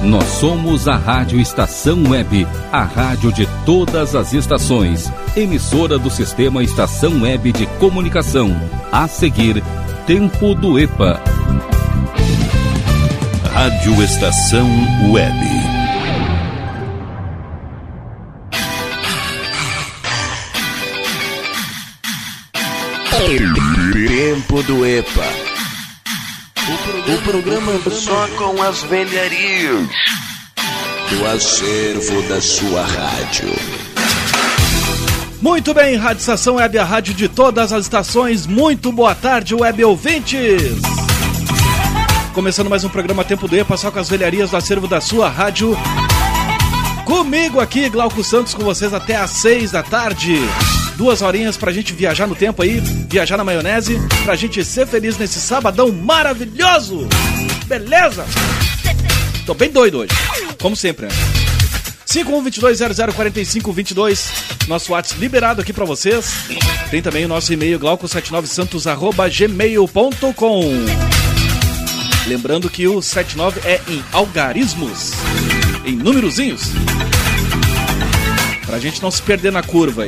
Nós somos a Rádio Estação Web, a rádio de todas as estações, emissora do Sistema Estação Web de Comunicação. A seguir, Tempo do EPA. Rádio Estação Web. Tempo do EPA. O programa só com as velharias do acervo da sua rádio. Muito bem, Rádio Estação Web, a rádio de todas as estações. Muito boa tarde, web ouvintes. Começando mais um programa Tempo do EPA, só com as velharias do acervo da sua rádio. Comigo aqui, Glauco Santos, com vocês até às 6 da tarde. 2 horinhas pra gente viajar no tempo aí, viajar na maionese, pra gente ser feliz nesse sabadão maravilhoso. Beleza? Tô bem doido hoje, como sempre, né? 5122004522, nosso WhatsApp liberado aqui pra vocês. Tem também o nosso e-mail, glauco79santos@gmail.com. Lembrando que o 79 é em algarismos, em numerozinhos, pra gente não se perder na curva aí.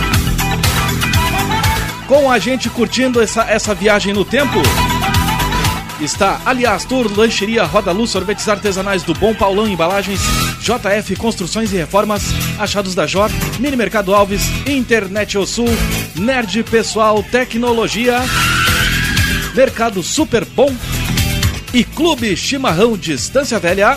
Com a gente curtindo essa viagem no tempo está Aliás Tour, Lancheria Roda Luz, Sorvetes Artesanais do Bom, Paulão Embalagens, JF Construções e Reformas, Achados da Jor, Mini Mercado Alves, Internet O Sul, Nerd Pessoal Tecnologia, Mercado Super Bom e Clube Chimarrão Distância Velha.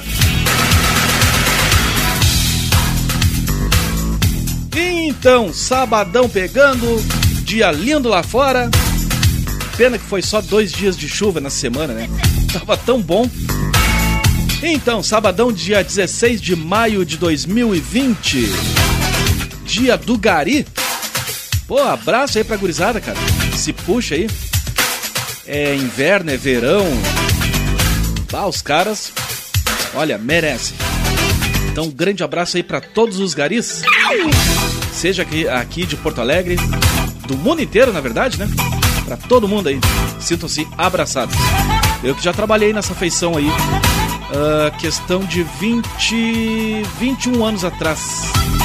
Então, sabadão pegando, dia lindo lá fora. Pena que foi só 2 dias de chuva na semana, né? Tava tão bom. Então, sabadão, dia 16 de maio de 2020. Dia do Gari. Pô, abraço aí pra gurizada, cara. Se puxa aí. É inverno, é verão. Ah, os caras, olha, merecem. Então, um grande abraço aí pra todos os garis. Seja aqui de Porto Alegre, do mundo inteiro, na verdade, né? Pra todo mundo aí, sintam-se abraçados. Eu que já trabalhei nessa feição aí, questão de 21 anos atrás.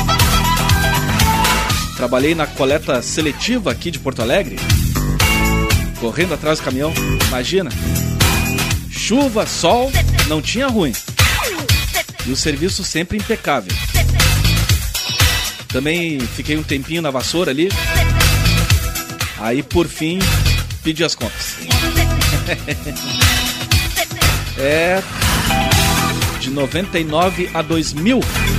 Trabalhei na coleta seletiva aqui de Porto Alegre, correndo atrás do caminhão, imagina. Chuva, sol, não tinha ruim. E o serviço sempre impecável. Também fiquei um tempinho na vassoura ali. Aí, por fim, pedi as contas. É de 99 a 2000.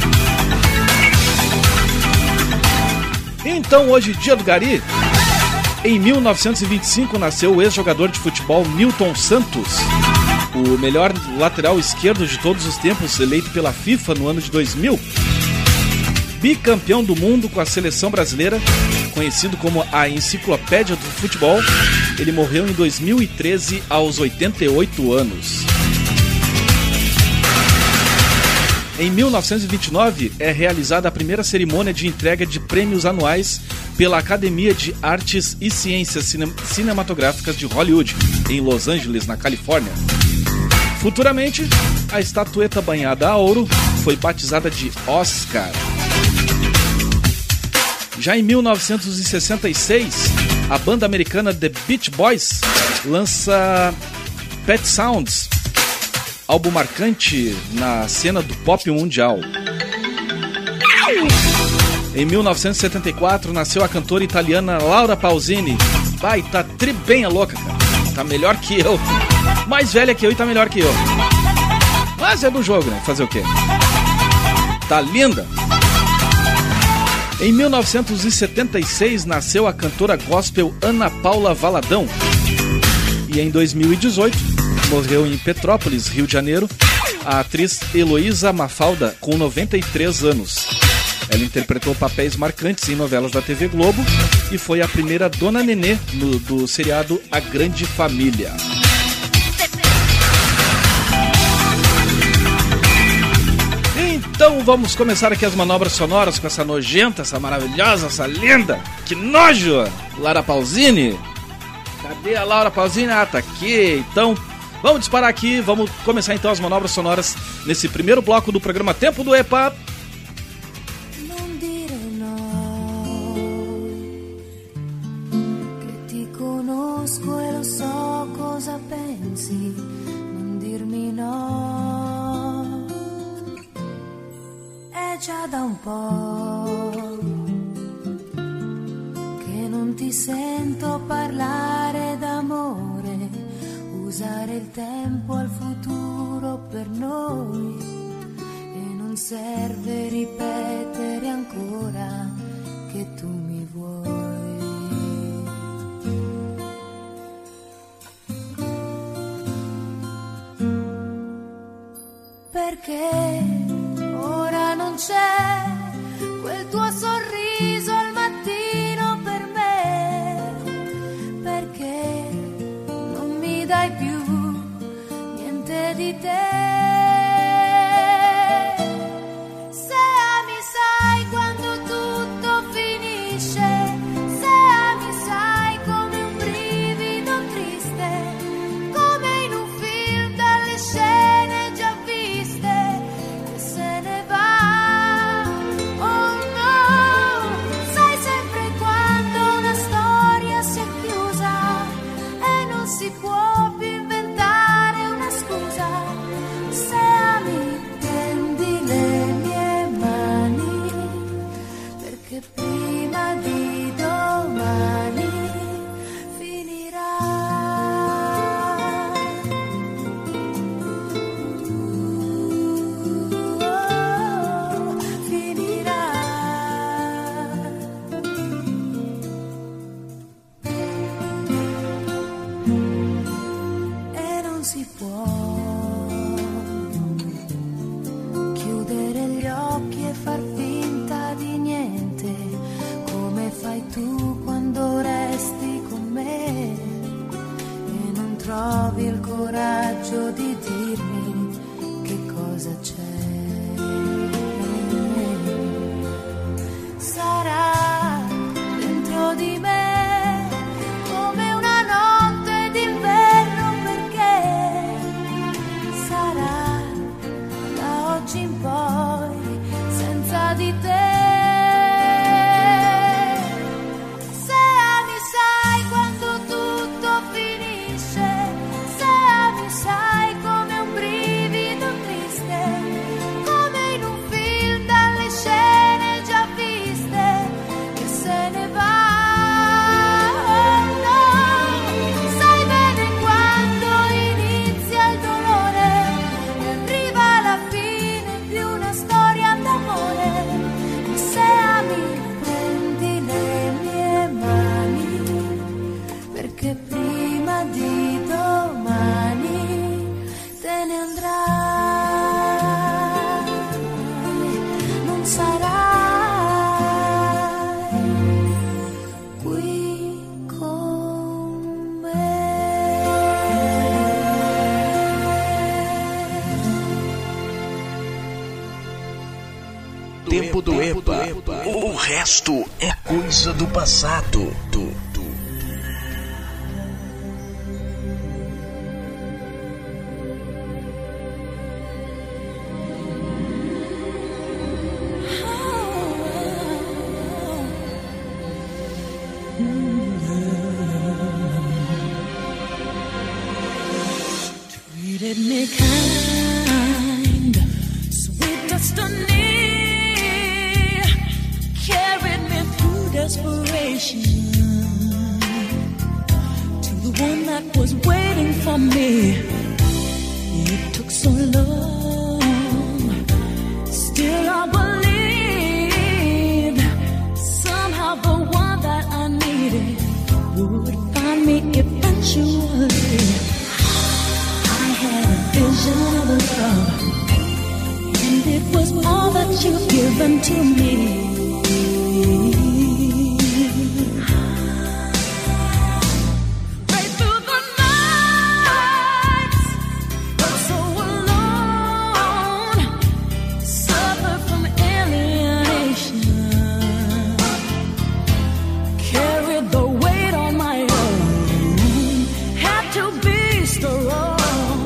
Então, hoje, dia do Gari. Em 1925, nasceu o ex-jogador de futebol Nilton Santos, o melhor lateral esquerdo de todos os tempos, eleito pela FIFA no ano de 2000. Bicampeão do mundo com a seleção brasileira, conhecido como a enciclopédia do futebol, ele morreu em 2013 aos 88 anos. Em 1929 é realizada a primeira cerimônia de entrega de prêmios anuais pela Academia de Artes e Ciências Cinematográficas de Hollywood, em Los Angeles, na Califórnia. Futuramente, a estatueta banhada a ouro foi batizada de Oscar. Já em 1966, a banda americana The Beach Boys lança Pet Sounds, álbum marcante na cena do pop mundial. Em 1974, nasceu a cantora italiana Laura Pausini. Vai, tá bem a louca, cara. Tá melhor que eu. Mais velha que eu e tá melhor que eu. Mas é do jogo, né? Fazer o quê? Tá linda. Em 1976, nasceu a cantora gospel Ana Paula Valadão. E em 2018, morreu em Petrópolis, Rio de Janeiro, a atriz Heloísa Mafalda, com 93 anos. Ela interpretou papéis marcantes em novelas da TV Globo e foi a primeira Dona Nenê do seriado A Grande Família. Então vamos começar aqui as manobras sonoras com essa nojenta, essa maravilhosa, essa linda. Que nojo! Laura Pausini. Cadê a Laura Pausini? Ah, tá aqui. Então Vamos disparar aqui, vamos começar então as manobras sonoras nesse primeiro bloco do programa Tempo do EPA. Non dire no, che ti conosco e lo so cosa pensi, non dirmi no, è già da un po' che non ti sento parlare d'amore, usare il tempo al futuro per noi, e non serve ripetere ancora che tu mi vuoi. Perché ora non c'è quel tuo sorriso al mattino per me, perché non mi dai più niente di te. Se ami sai quando tutto finisce, se ami sai come un brivido triste, come in un film dalle scene già viste, che se ne va. Oh no, sai sempre quando una storia si è chiusa e non si può più inventare una scusa. Se ami prendi le mie mani, perché prima di domani finirà. Oh, finirà. E non si può chiudere gli occhi e far finta di niente, come fai tu quando resti con me e non trovi il coraggio di dirmi che cosa c'è. Sarà dentro di me come una notte d'inverno, perché sarà da oggi in poi senza di te. Se ami sai quando tutto finisce, se ami sai come un brivido triste, come in un film dalle scene già viste, che se ne va. Oh no, sai bene quando inizia il dolore e arriva la fine di una storia d'amore. Se ami prendi le mie mani, perché prima di domani te ne andrai, non sarai qui con me. Tempo do EPA. O resto é coisa do passado. Treated me kind, sweet destiny, carried me through desperation to the one that was waiting for me. It took so long, still I believed somehow the one that I needed would find me eventually. I had a vision of love, and it was all that you've given to me. Right through the nights, but so alone, suffered from alienation, carried the weight on my own, had to be strong.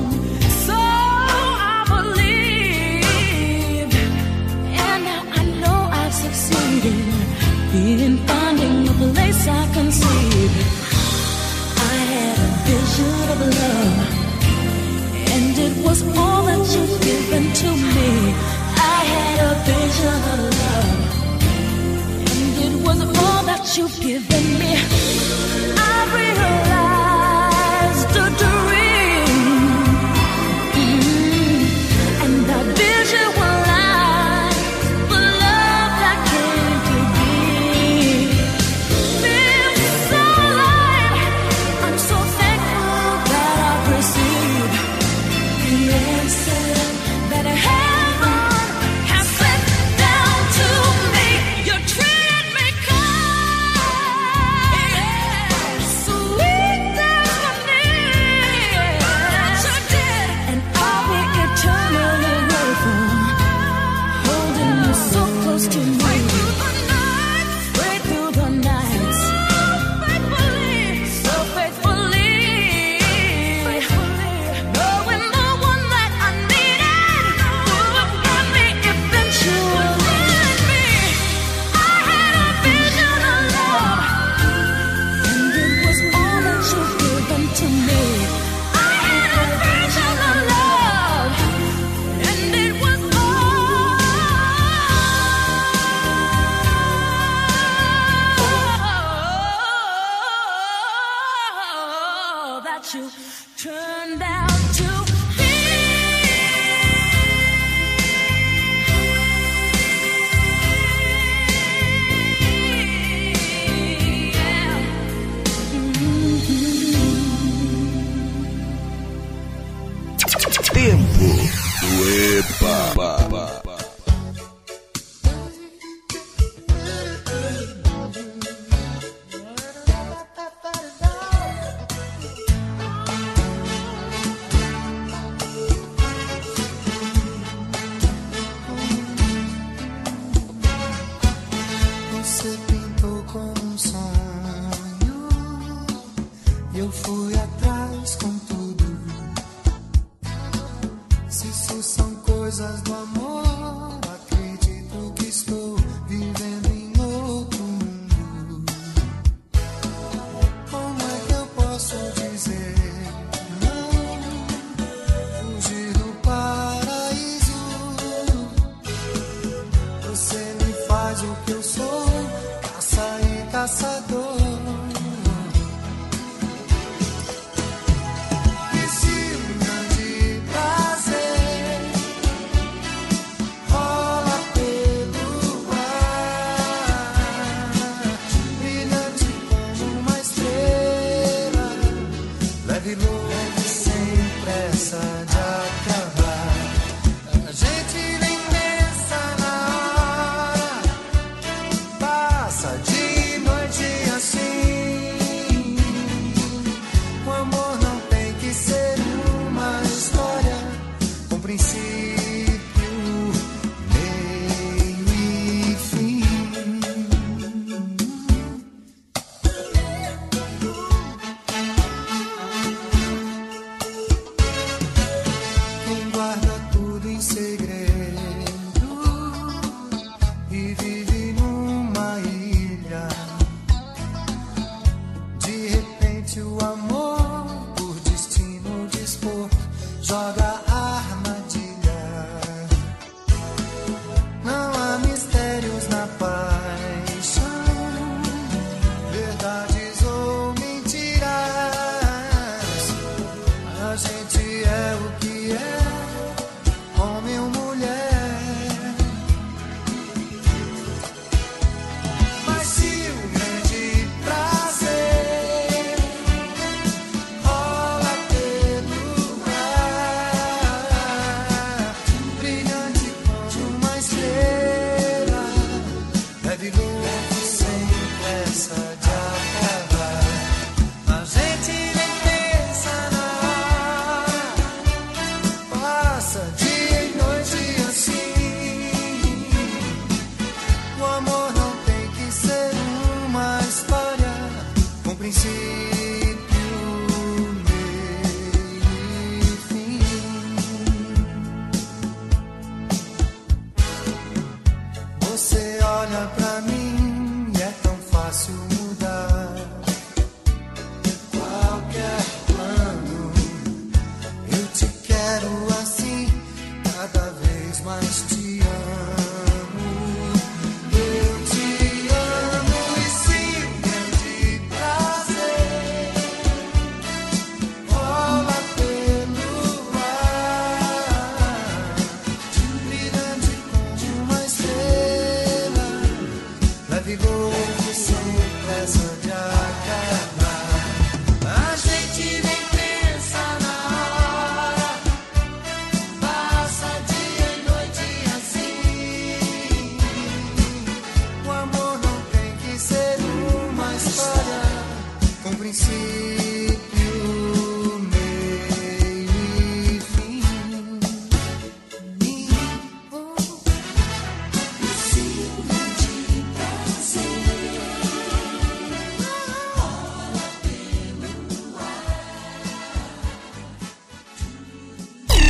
and it was all that you'd given to me. I had a vision of love, and it was all that you've given me. I realized a dream, and that vision was life, the love that came to be. Feels so light. I'm so thankful that I've received the answer that heaven has sent down to me. You treated me kind, sweet as honey. You did, and I'll be eternally grateful, holding you so close to me. Right through the nights, so faithfully, knowing the one that I needed would find me eventually. I had a vision of love, and it was all that you've given to me. I had a vision of love, and it was all that you turned out to be. Tempo do Epa. Você pintou como sonho, e eu fui atrás com tudo. Se isso são coisas do amor, acredito que estou vivendo em outro mundo. Como é que eu posso dizer não? Fugir do paraíso. Você me faz o que eu sou, caça e caçador. Esse grande prazer rola pelo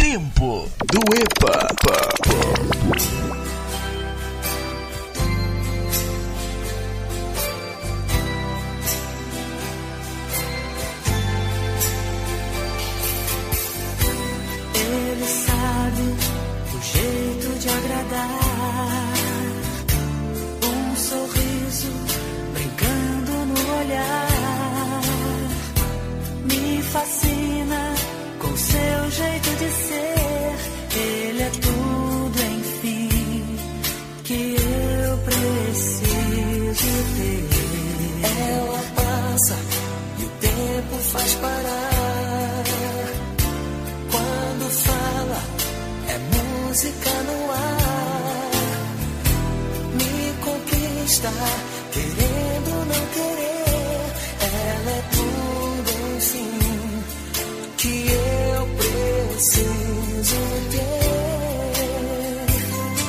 Tempo do EPA. Ele sabe o jeito de agradar, um sorriso brincando no olhar, me fascina com seu jeito de ser. Ele é tudo, enfim, que eu preciso ter. Ela passa e o tempo faz parar. Quando fala, é música no ar. Me conquista, querendo não querer. Ela é tudo, enfim, que eu preciso ter.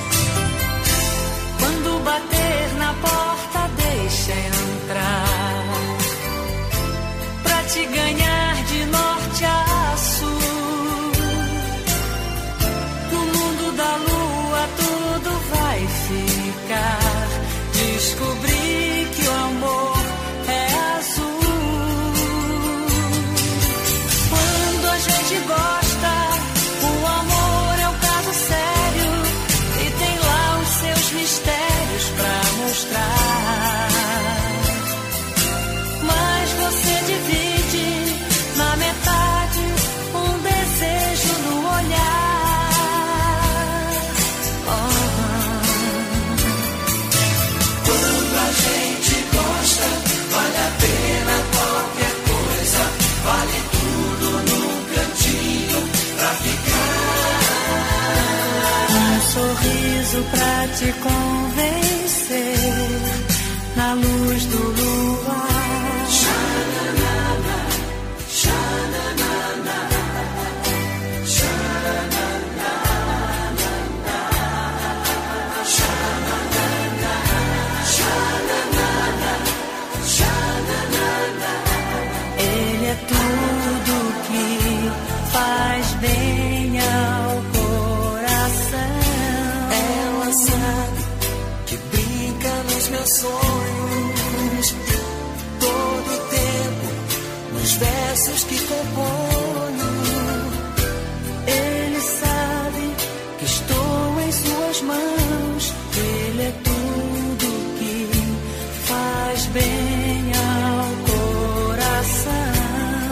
Quando bater na porta, deixa entrar, pra te ganhar de norte a sul. No mundo da lua tudo vai ficar. Descobri que o amor é azul. Quando a gente gosta, o amor é um caso sério e tem lá os seus mistérios pra mostrar. Mas você divide na metade um desejo no olhar. Quando a gente gosta, vale a pena qualquer coisa, vale tudo num cantinho pra ficar. Um sorriso pra te convencer, na luz do luar. Xananana, xananana, xananana, xananana, xananana, xananana. Ele é tudo que faz bem ao coração. Ela sabe que brinca nos meus sonhos, todo o tempo, nos versos que componho. Ele sabe que estou em suas mãos. Ele é tudo que faz bem ao coração.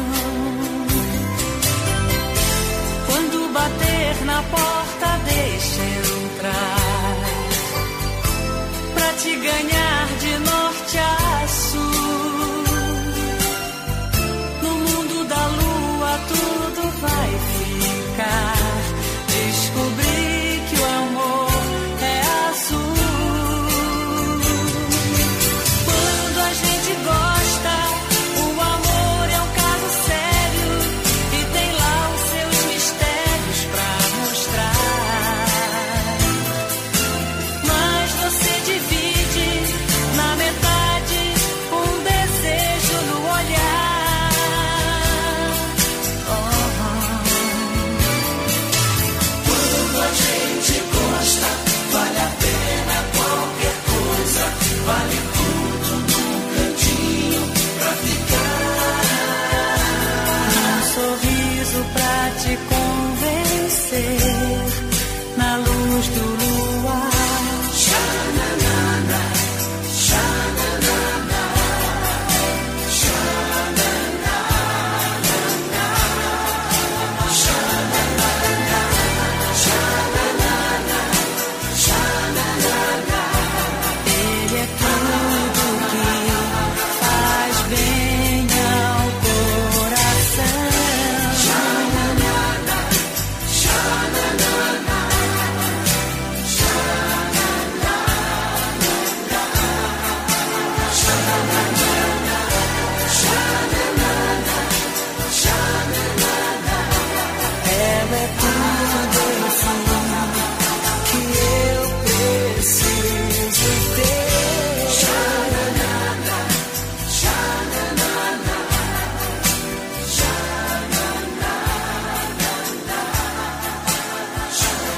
Quando bater na porta, deixa entrar, pra te ganhar de norte a sul. No mundo da lua tudo vai ficar. Descobri que o amor é azul. Quando a gente gosta, o amor é um caso sério e tem lá os seus mistérios pra mostrar. Mas você divide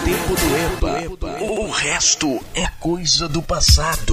Tempo do EPA. O resto é coisa do passado.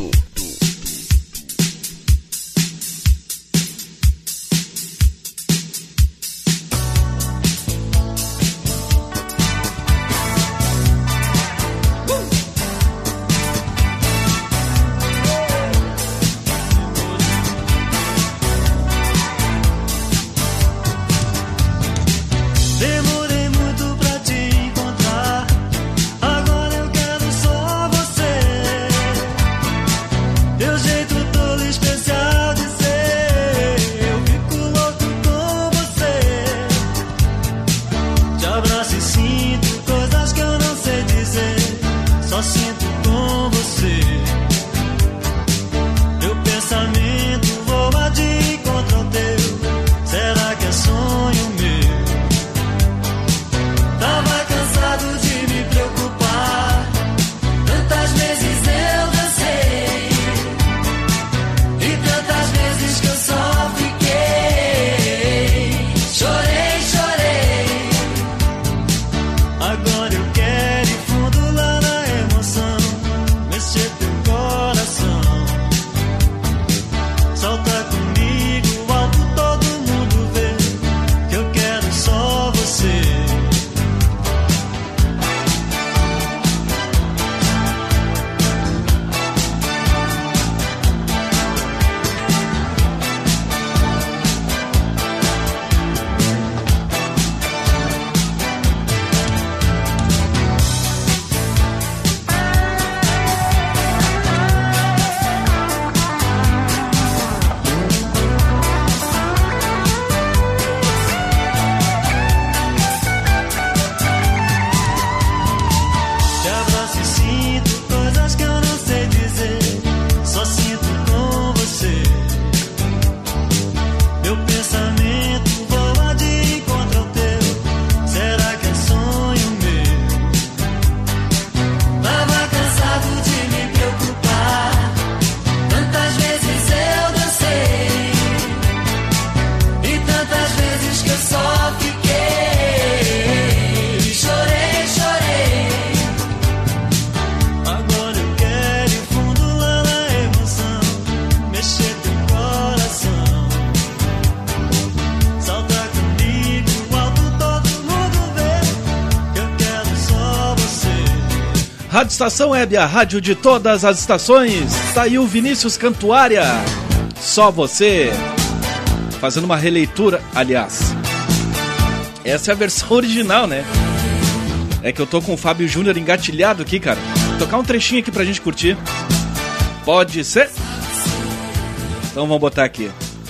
Rádio Estação Web, a rádio de todas as estações. Tá aí o Vinícius Cantuária, Só Você, fazendo uma releitura. Aliás, essa é a versão original, né? É que eu tô com o Fábio Júnior engatilhado aqui, cara. Vou tocar um trechinho aqui pra gente curtir. Pode ser? Então vamos botar aqui.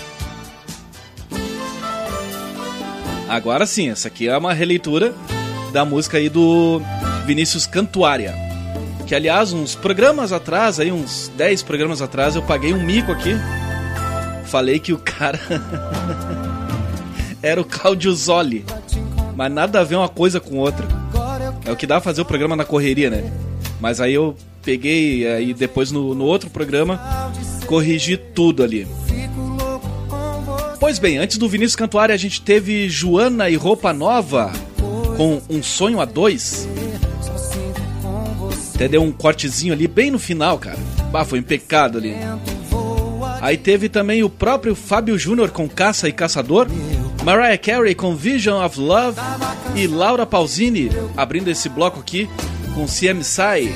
Agora sim, essa aqui é uma releitura da música aí do Vinícius Cantuária. Que, aliás, uns programas atrás, aí uns 10 programas atrás, eu paguei um mico aqui. Falei que o cara era o Cláudio Zoli. Mas nada a ver uma coisa com outra. É o que dá a fazer o programa na correria, né? Mas aí eu peguei, aí depois no outro programa, corrigi tudo ali. Pois bem, antes do Vinícius Cantuária, a gente teve Joana e Roupa Nova com Um Sonho a Dois. Até deu um cortezinho ali bem no final, cara. Bah, foi um pecado ali. Aí teve também o próprio Fábio Júnior com Caça e Caçador, Mariah Carey com Vision of Love e Laura Pausini abrindo esse bloco aqui com CMSI.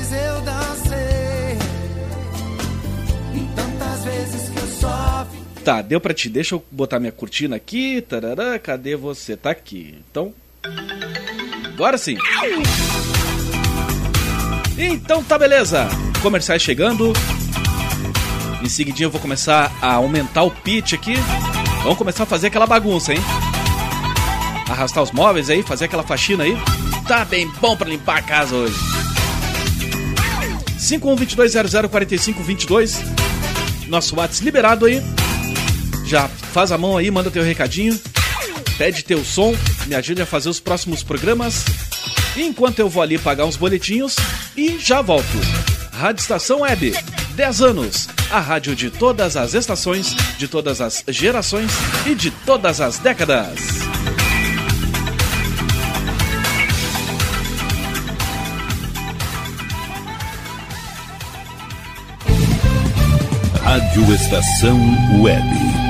Tá, deu pra ti. Deixa eu botar minha cortina aqui. Tarará, cadê você? Tá aqui. Então, agora sim. Então tá, beleza. Comerciais chegando. Em seguidinho eu vou começar a aumentar o pitch aqui. Vamos começar a fazer aquela bagunça, hein? Arrastar os móveis aí, fazer aquela faxina aí. Tá bem bom pra limpar a casa hoje. 5122004522. Nosso WhatsApp liberado aí. Já faz a mão aí, manda teu recadinho. Pede teu som, me ajude a fazer os próximos programas. Enquanto eu vou ali pagar uns boletinhos e já volto. Rádio Estação Web, 10 anos. A rádio de todas as estações, de todas as gerações e de todas as décadas. Rádio Estação Web.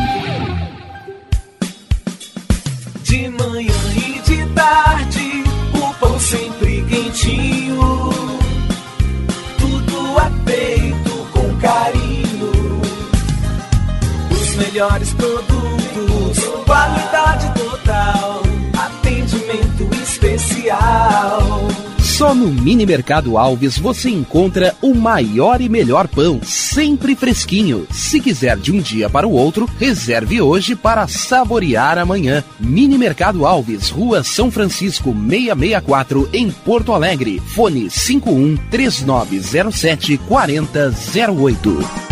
De manhã e de tarde, o pão sempre quentinho. Tudo é feito com carinho. Os melhores produtos, qualidade total, atendimento especial. Só no Mini Mercado Alves você encontra o maior e melhor pão, sempre fresquinho. Se quiser de um dia para o outro, reserve hoje para saborear amanhã. Mini Mercado Alves, Rua São Francisco 664, em Porto Alegre. Fone 51-3907-4008.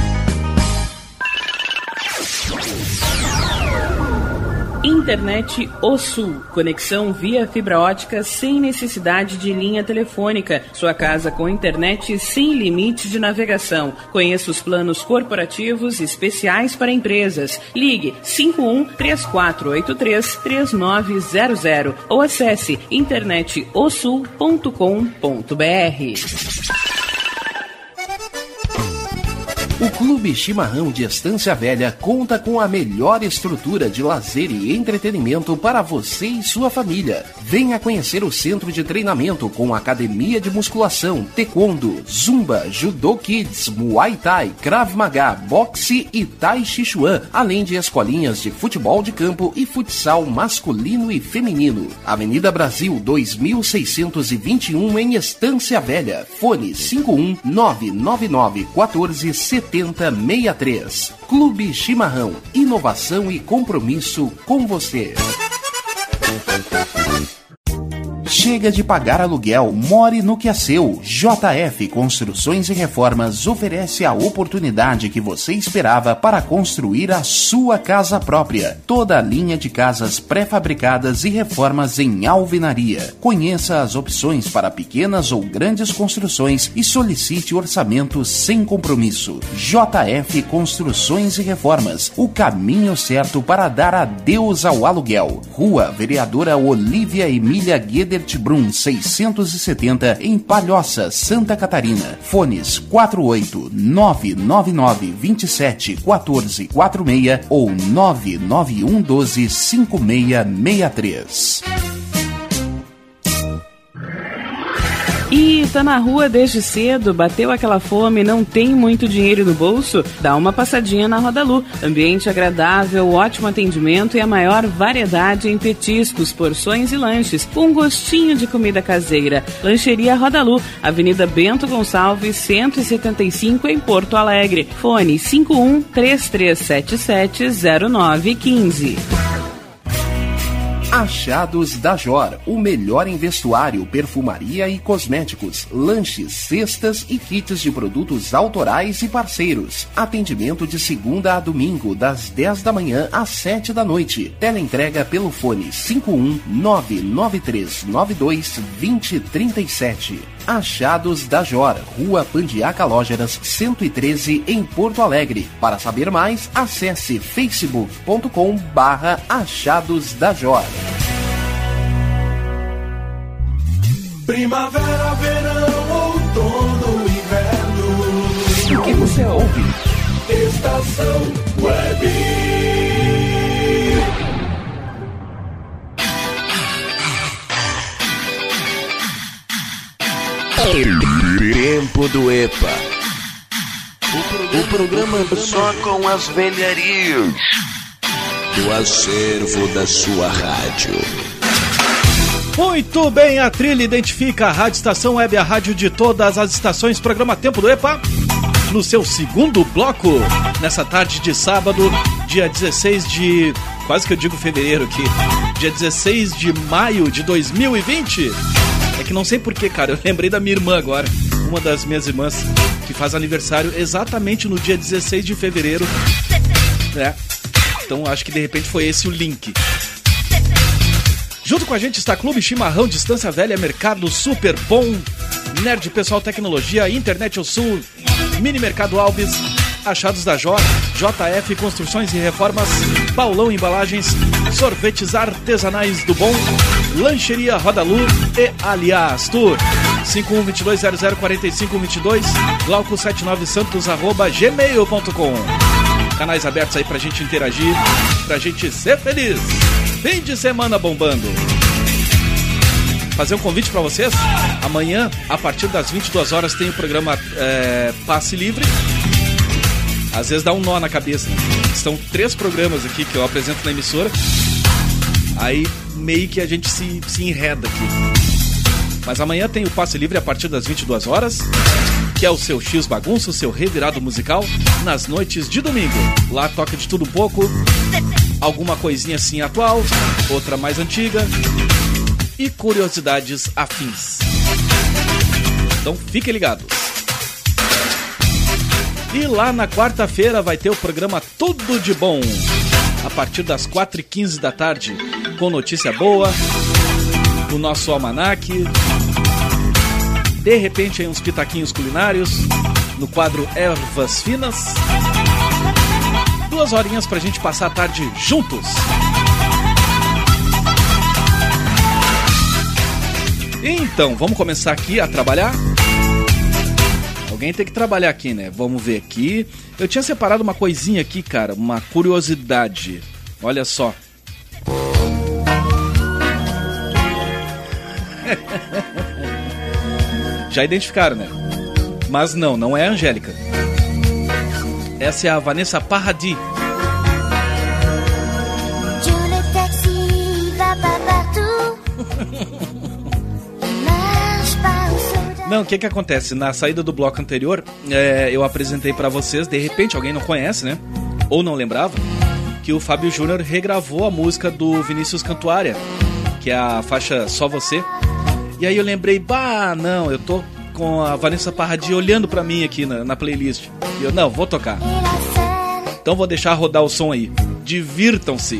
Internet O Sul. Conexão via fibra ótica sem necessidade de linha telefônica. Sua casa com internet sem limite de navegação. Conheça os planos corporativos especiais para empresas. Ligue 51-3483-3900 ou acesse internetosul.com.br. O Clube Chimarrão de Estância Velha conta com a melhor estrutura de lazer e entretenimento para você e sua família. Venha conhecer o centro de treinamento com academia de musculação, taekwondo, zumba, judô kids, muay thai, krav maga, boxe e tai chi chuan, além de escolinhas de futebol de campo e futsal masculino e feminino. Avenida Brasil 2621 em Estância Velha. Fone 51-999-14-7063. Clube Chimarrão, inovação e compromisso com você. Chega de pagar aluguel, more no que é seu. JF Construções e Reformas oferece a oportunidade que você esperava para construir a sua casa própria. Toda a linha de casas pré-fabricadas e reformas em alvenaria. Conheça as opções para pequenas ou grandes construções e solicite orçamento sem compromisso. JF Construções e Reformas, o caminho certo para dar adeus ao aluguel. Rua Vereadora Olívia Emília Gueder Brum 670 em Palhoça, Santa Catarina. Fones 48999271446 ou 991125663. E tá na rua desde cedo, bateu aquela fome, não tem muito dinheiro no bolso? Dá uma passadinha na Rodalu. Ambiente agradável, ótimo atendimento e a maior variedade em petiscos, porções e lanches, com um gostinho de comida caseira. Lancheria Rodalu, Avenida Bento Gonçalves, 175 em Porto Alegre. Fone 51-3377-0915. Achados da Jor, o melhor em vestuário, perfumaria e cosméticos, lanches, cestas e kits de produtos autorais e parceiros. Atendimento de segunda a domingo, das 10 da manhã às 7 da noite. Teleentrega pelo fone 51-99392-2037. Achados da Jor, Rua Pandiaca Lógeras, 113, em Porto Alegre. Para saber mais, acesse facebook.com/Achados da Jor. Primavera, verão, outono, inverno. O que você ouve? Estação Web. Tempo do EPA. O programa só com as velharias do acervo da sua rádio. Muito bem, a trilha identifica a Rádio Estação Web, a rádio de todas as estações. Programa Tempo do EPA, no seu segundo bloco, nessa tarde de sábado, dia 16 de... quase que eu digo fevereiro aqui. Dia 16 de maio de 2020. É que não sei porquê, cara, eu lembrei da minha irmã agora, uma das minhas irmãs, que faz aniversário exatamente no dia 16 de fevereiro, né? Então acho que de repente foi esse o link. Junto com a gente está Clube Chimarrão, Distância Velha, Mercado Super Bom, Nerd Pessoal Tecnologia, Internet O Sul, Mini Mercado Alves, Achados da Jor, JF Construções e Reformas, Paulão Embalagens, Sorvetes Artesanais do Bom, Lancheria Rodalu e Aliás Tour. 5122004522, glauco79santos@gmail.com. Canais abertos aí pra gente interagir, pra gente ser feliz. Fim de semana bombando. Fazer um convite pra vocês. Amanhã, a partir das 22 horas, tem o programa Passe Livre. Às vezes dá um nó na cabeça, né? São 3 programas aqui que eu apresento na emissora. Aí meio que a gente se enreda aqui. Mas amanhã tem o Passe Livre a partir das 22 horas, que é o seu X Bagunça, o seu revirado musical nas noites de domingo. Lá toca de tudo um pouco, alguma coisinha assim atual, outra mais antiga e curiosidades afins. Então fiquem ligados. E lá na quarta-feira vai ter o programa Tudo de Bom, a partir das 4h15 da tarde, com notícia boa, o nosso almanaque, de repente aí uns pitaquinhos culinários, no quadro Ervas Finas. 2 horinhas pra gente passar a tarde juntos. Então, vamos começar aqui a trabalhar? Alguém tem que trabalhar aqui, né? Vamos ver aqui. Eu tinha separado uma coisinha aqui, cara, uma curiosidade. Olha só. Já identificaram, né? Mas não é a Angélica. Essa é a Vanessa Paradis. Não, o que acontece? Na saída do bloco anterior, eu apresentei pra vocês, de repente alguém não conhece, né? Ou não lembrava, que o Fábio Júnior regravou a música do Vinícius Cantuária, que é a faixa Só Você. E aí eu lembrei, não, eu tô com a Vanessa Paradis olhando pra mim aqui na playlist. E eu, não, vou tocar. Então vou deixar rodar o som aí. Divirtam-se.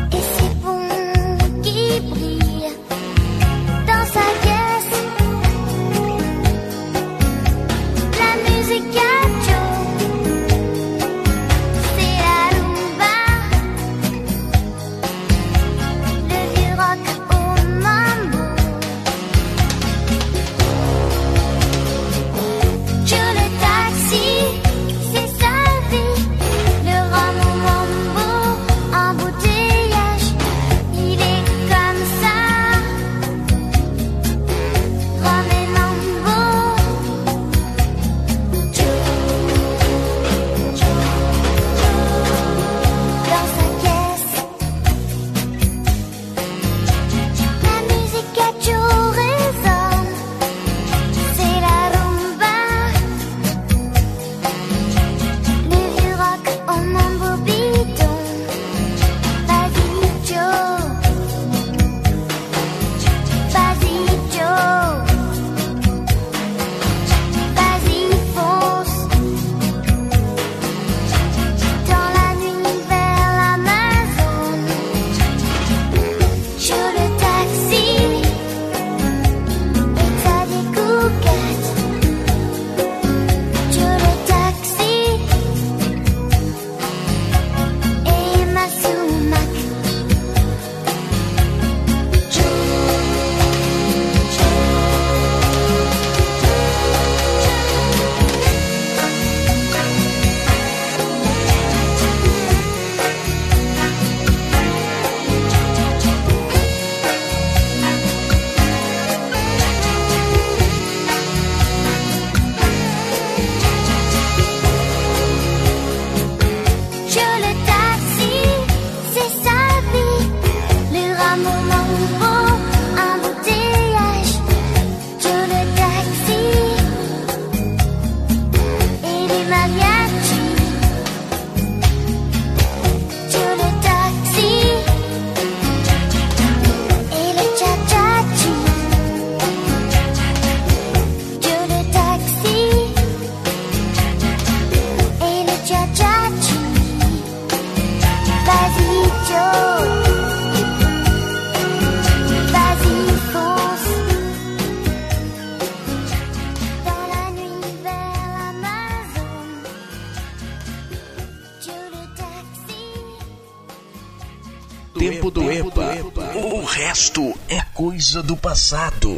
Tempo do EPA. O resto é coisa do passado.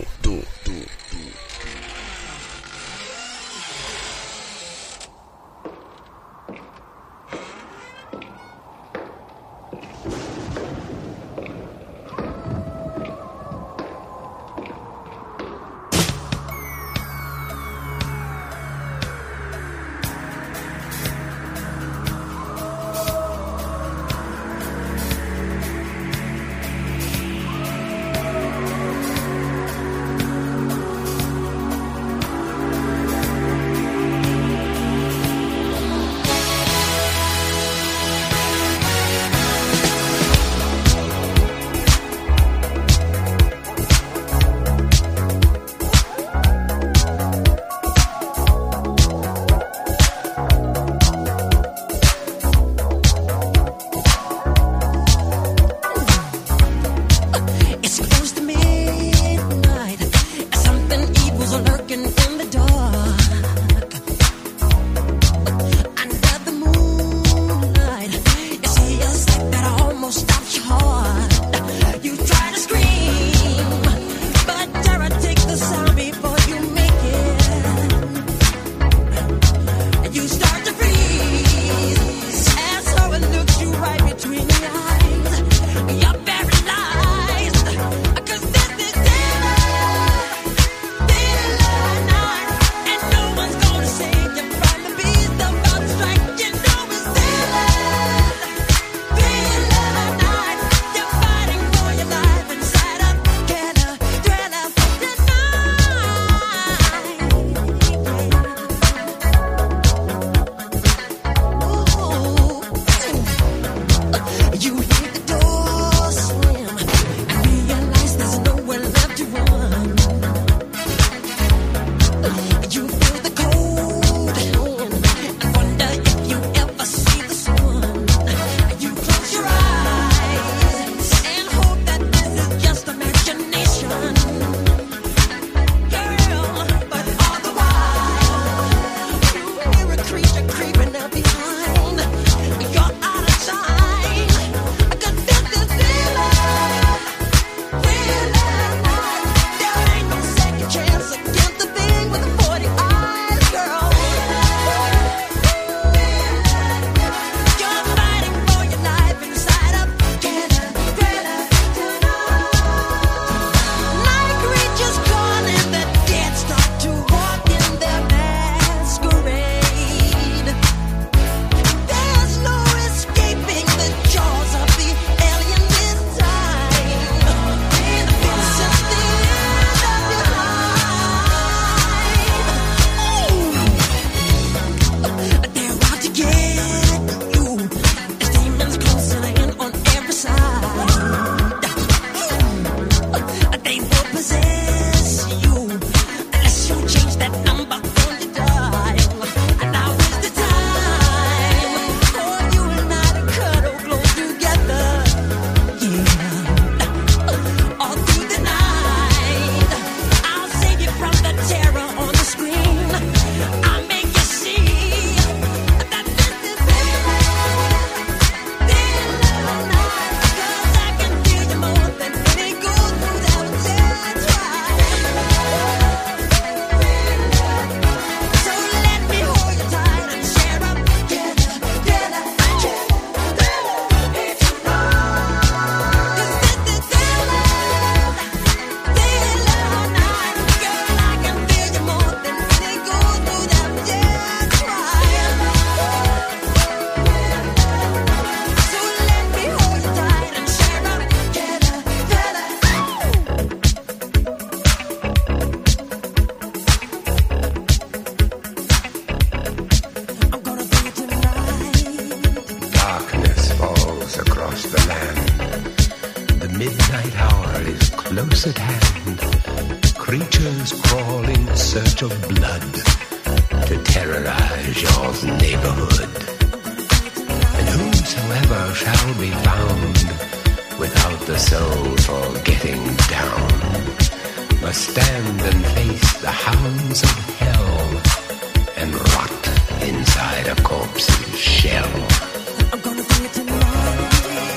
close at hand. Creatures crawl in search of blood to terrorize your neighborhood. And whosoever shall be found without the soul for getting down must stand and face the hounds of hell and rot inside a corpse's shell. I'm gonna bring it tonight.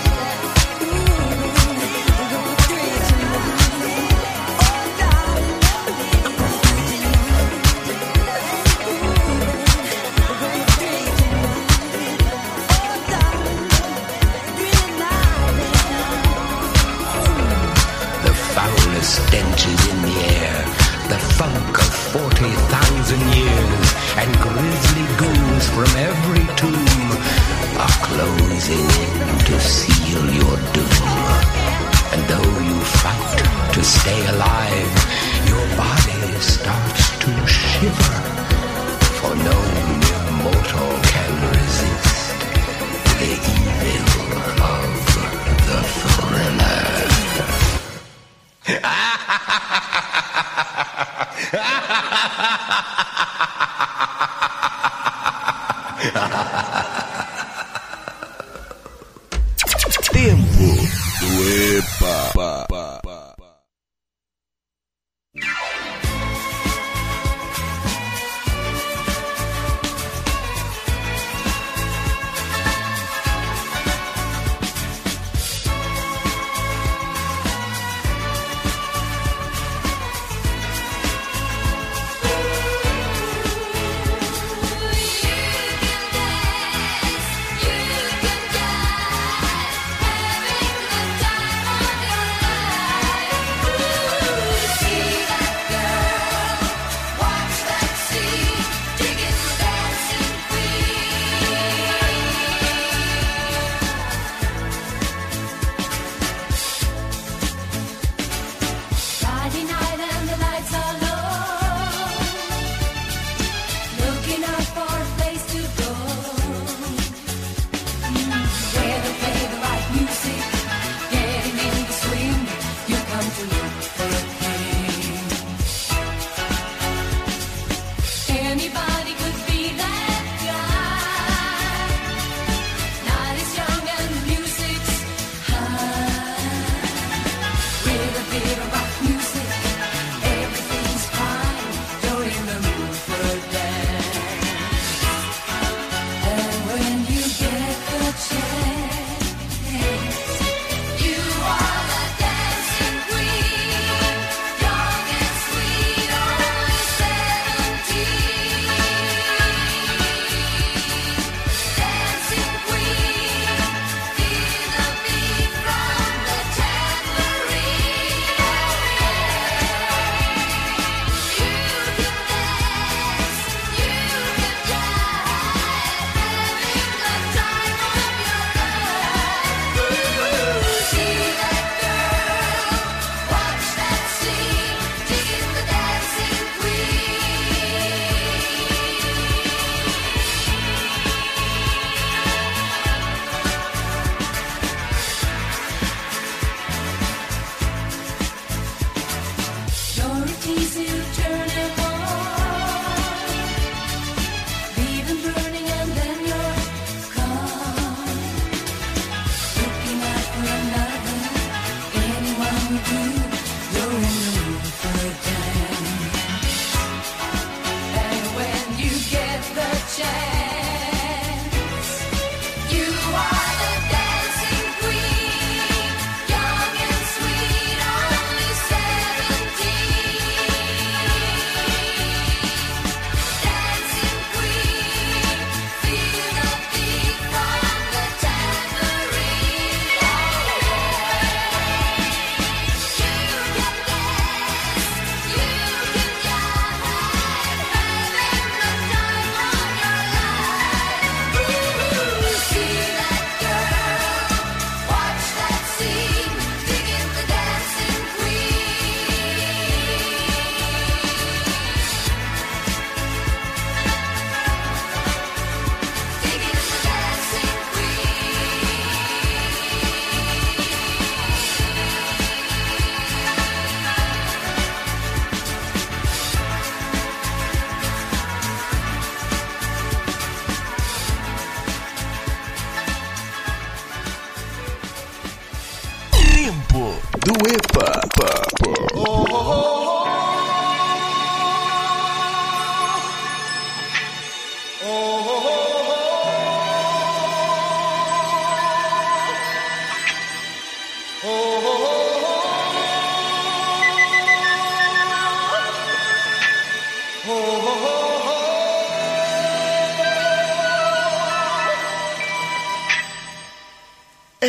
Stench is in the air, the funk of 40,000 years, and grisly ghouls from every tomb are closing in to seal your doom. And though you fight to stay alive, your body starts to shiver, for no mere mortal can resist the evil of the thriller. Tempo do EPA.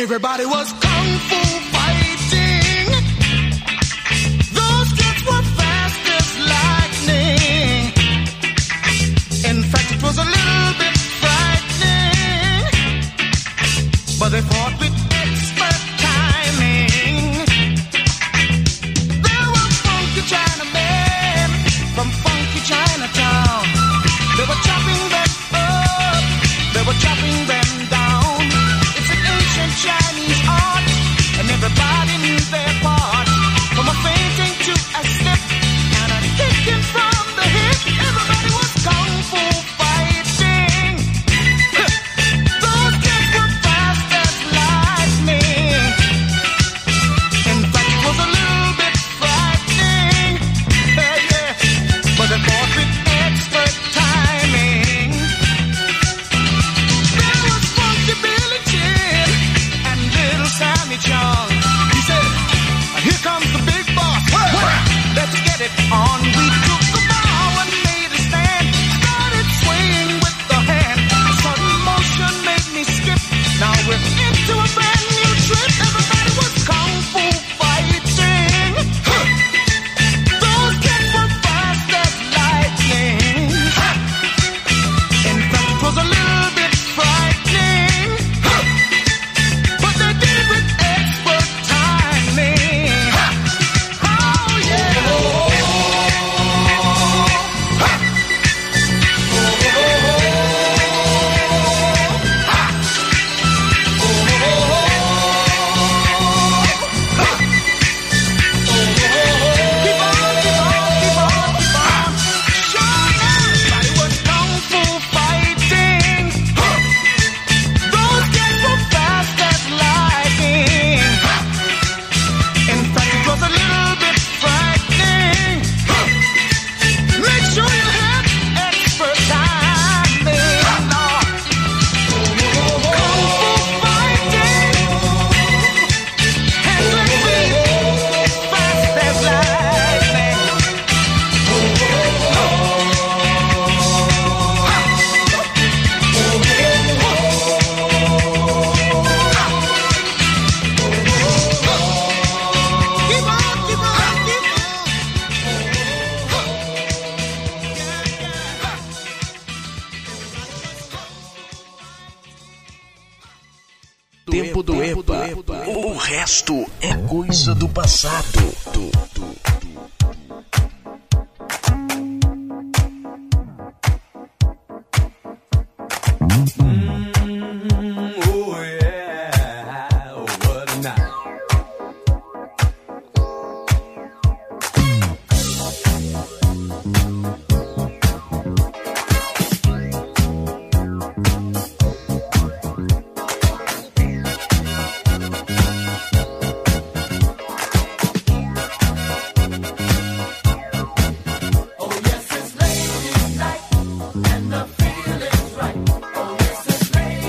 Everybody was kung fu fighting. Those kids were fast as lightning. In fact, it was a little bit frightening, but they fought with expert timing. There were funky Chinamen from funky Chinatown. They were chopping them up, they were chopping them down. It's an ancient Chinese art, and everybody knew their part. From a fainting to a step and a kicking from the hip, everybody was kung fu fighting. Those kids were fast as lightning. In fact, it was a little bit frightening, yeah, but they fought with expert timing. There was Funky Billy Chin and Little Sammy Chung. He said, "Here comes the big boss. Let's get it on." We took the bow and made a stand. Started swaying with the hand. A sudden motion made me skip. Now we're into a brand new trip. Everybody was kung fu fighting. Those kids were fast as lightning. In fact, it was a little bit frightening, but they did it with expert timing. Oh yeah. Keep on, keep on, keep on, keep on. Sure, everybody was kung fu fighting. Those kids were fast as lightning. In fact, it was a little bit frightening. Make sure you have expert timing. Kung fu fighting. Hands and feet, fast as lightning. Keep on, keep on, keep Tempo do EPA. O resto é coisa do passado. Oh yes, it's ladies' night and the feeling's right. Oh yes, it's ladies'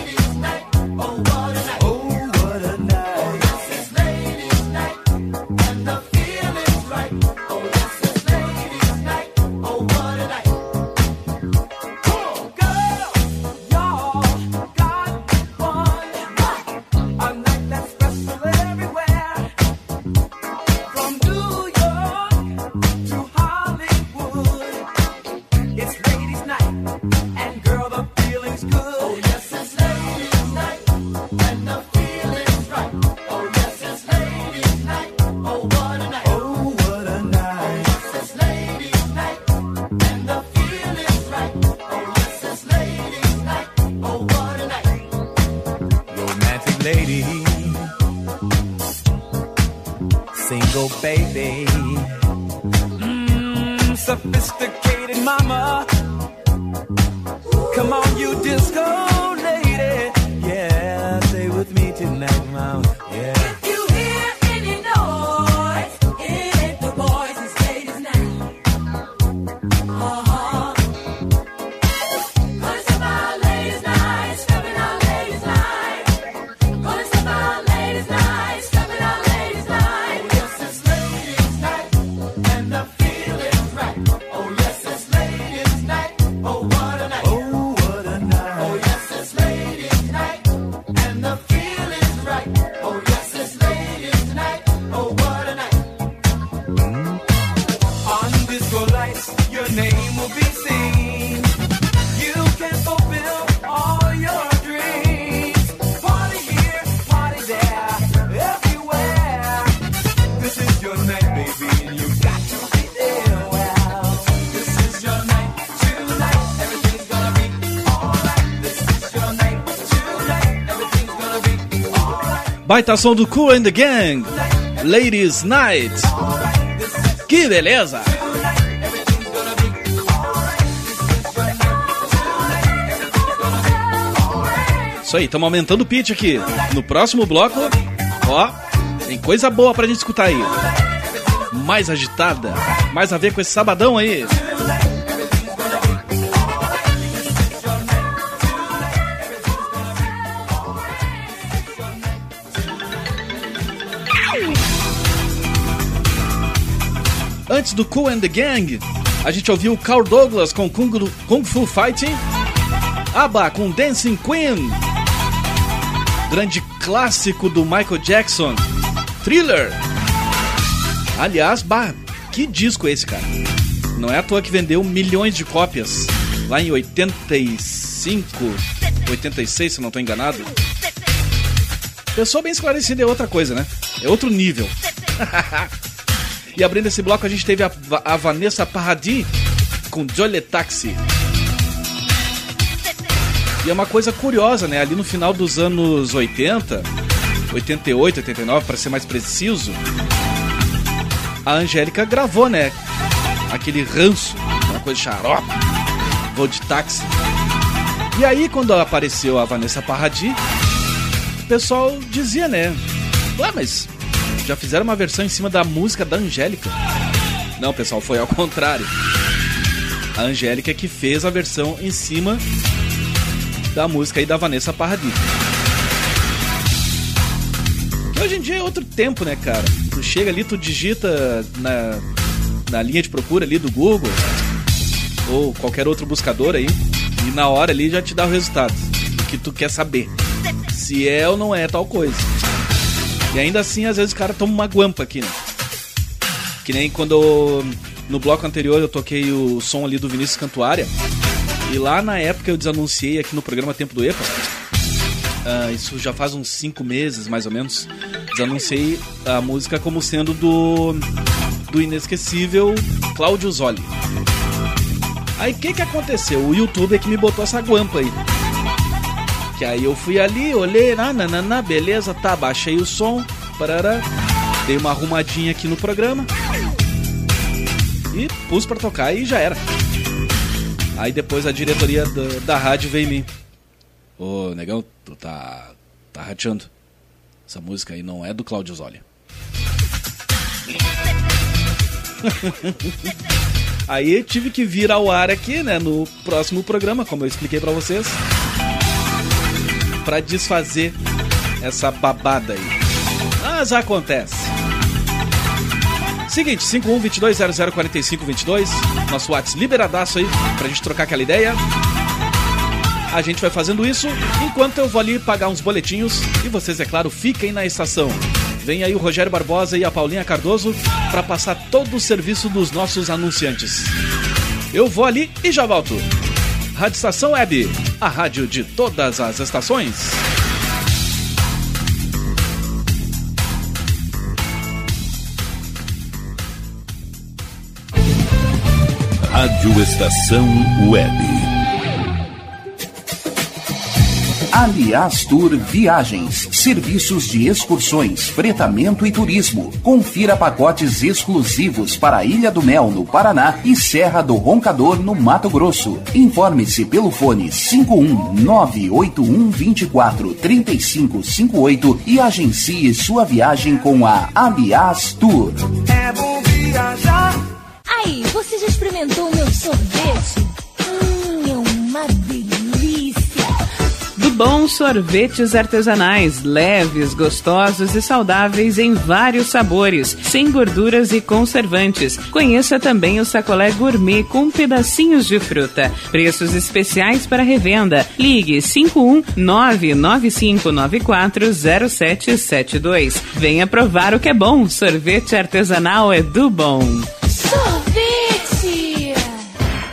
dream will be seen. You can fulfill all your dreams. Party here, party there, everywhere. This is your night, baby, and you got to be there. Well, this is your night tonight. Everything's gonna be alright. This is your night tonight. Everything's gonna be alright. Baita som do Kool and the Gang, Ladies Night. Que beleza! Isso aí, estamos aumentando o pitch aqui. No próximo bloco, ó, tem coisa boa pra gente escutar aí. Mais agitada, mais a ver com esse sabadão aí. Antes do Kool and the Gang, a gente ouviu Carl Douglas com Kung Fu Fighting, ABBA com Dancing Queen, grande clássico do Michael Jackson, Thriller. Aliás, que disco é esse, cara? Não é à toa que vendeu milhões de cópias lá em 85, 86, se não estou enganado. Pessoa bem esclarecida é outra coisa, né? É outro nível. E abrindo esse bloco a gente teve a Vanessa Paradis com Jolly Taxi. E é uma coisa curiosa, né? Ali no final dos anos 80, 88, 89, para ser mais preciso, a Angélica gravou, né? Aquele ranço, uma coisa xarope, voo de táxi. E aí quando apareceu a Vanessa Paradis, o pessoal dizia, né? Ué, mas já fizeram uma versão em cima da música da Angélica? Não, pessoal, foi ao contrário. A Angélica é que fez a versão em cima da música aí da Vanessa Paradis. Que hoje em dia é outro tempo, né, cara? Tu chega ali, tu digita na linha de procura ali do Google ou qualquer outro buscador aí, e na hora ali já te dá o resultado do que tu quer saber, se é ou não é tal coisa. E ainda assim, às vezes o cara toma uma guampa aqui, né? Que nem quando no bloco anterior eu toquei o som ali do Vinícius Cantuária. E lá na época eu desanunciei aqui no programa Tempo do EPA. Isso já faz uns 5 meses, mais ou menos. Desanunciei a música como sendo do inesquecível Cláudio Zoli. Aí o que aconteceu? O YouTube é que me botou essa guampa aí. Que aí eu fui ali, olhei, beleza, tá, baixei o som, parará, dei uma arrumadinha aqui no programa e pus pra tocar e já era. Aí depois a diretoria da rádio veio em mim. Ô, negão, tu tá rateando. Essa música aí não é do Cláudio Zoli. Aí tive que vir ao ar aqui, né, no próximo programa, como eu expliquei pra vocês, pra desfazer essa babada aí. Mas acontece. Seguinte, 5122004522, nosso WhatsApp liberadaço aí pra gente trocar aquela ideia. A gente vai fazendo isso enquanto eu vou ali pagar uns boletinhos e vocês, é claro, fiquem na estação. Vem aí o Rogério Barbosa e a Paulinha Cardoso pra passar todo o serviço dos nossos anunciantes. Eu vou ali e já volto. Rádio Estação Web, a rádio de todas as estações. Rádio Estação Web. Aliás Tour Viagens, serviços de excursões, fretamento e turismo. Confira pacotes exclusivos para a Ilha do Mel, no Paraná, e Serra do Roncador, no Mato Grosso. Informe-se pelo fone 51981243558 e agencie sua viagem com a Aliás Tour. É bom viajar. Aí, você já experimentou o meu sorvete? É uma delícia. Do Bom Sorvetes Artesanais, leves, gostosos e saudáveis em vários sabores, sem gorduras e conservantes. Conheça também o sacolé gourmet com pedacinhos de fruta. Preços especiais para revenda. Ligue 51995940772. Venha provar o que é bom. Sorvete artesanal é do Bom. Sorvete!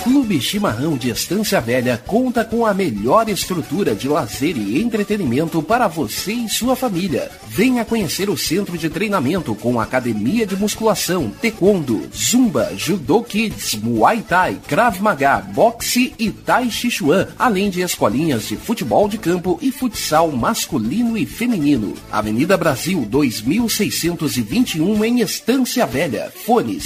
Clube Chimarrão de Estância Velha conta com a melhor estrutura de lazer e entretenimento para você e sua família. Venha conhecer o centro de treinamento com academia de musculação, taekwondo, zumba, judô kids, muay thai, krav maga, boxe e tai chi chuan, além de escolinhas de futebol de campo e futsal masculino e feminino. Avenida Brasil 2621 em Estância Velha. Fone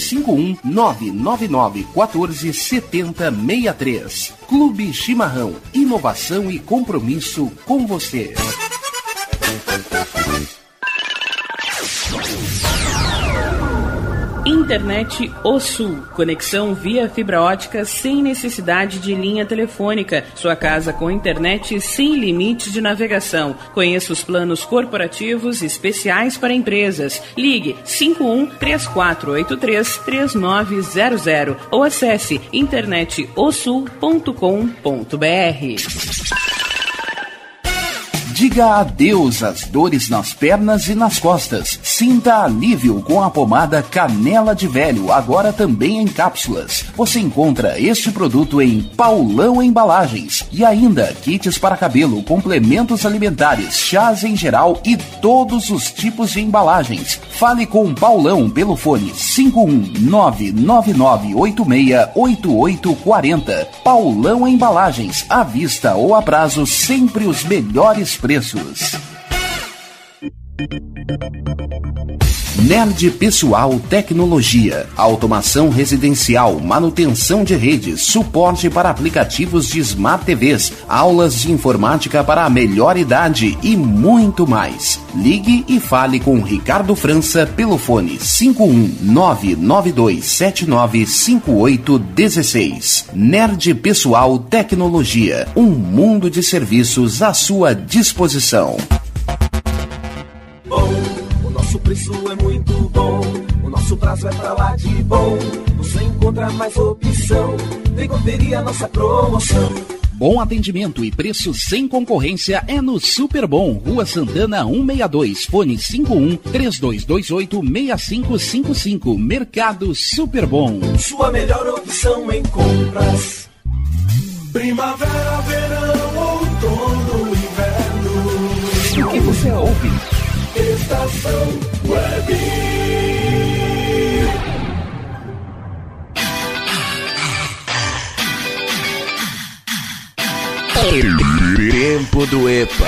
51999147063. Clube Chimarrão, inovação e compromisso com você. Internet O Sul. Conexão via fibra ótica sem necessidade de linha telefônica. Sua casa com internet sem limite de navegação. Conheça os planos corporativos especiais para empresas. Ligue 5134833900 ou acesse internetosul.com.br. Diga adeus às dores nas pernas e nas costas. Sinta alívio com a pomada Canela de Velho, agora também em cápsulas. Você encontra este produto em Paulão Embalagens. E ainda kits para cabelo, complementos alimentares, chás em geral e todos os tipos de embalagens. Fale com Paulão pelo fone 51999868840. Paulão Embalagens, à vista ou a prazo, sempre os melhores preços. Nerd Pessoal Tecnologia, automação residencial, manutenção de redes, suporte para aplicativos de Smart TVs, aulas de informática para a melhor idade e muito mais. Ligue e fale com Ricardo França pelo fone 51992795816. Nerd Pessoal Tecnologia, um mundo de serviços à sua disposição. Nosso preço é muito bom, o nosso prazo é pra lá de bom. Você encontra mais opção, vem conferir a nossa promoção. Bom atendimento e preço sem concorrência é no Super Bom, Rua Santana 162, fone 51-3228-6555, Mercado Super Bom. Sua melhor opção em compras. Primavera, verão, outono, inverno. O que você ouve? Estação Web. Tempo do EPA.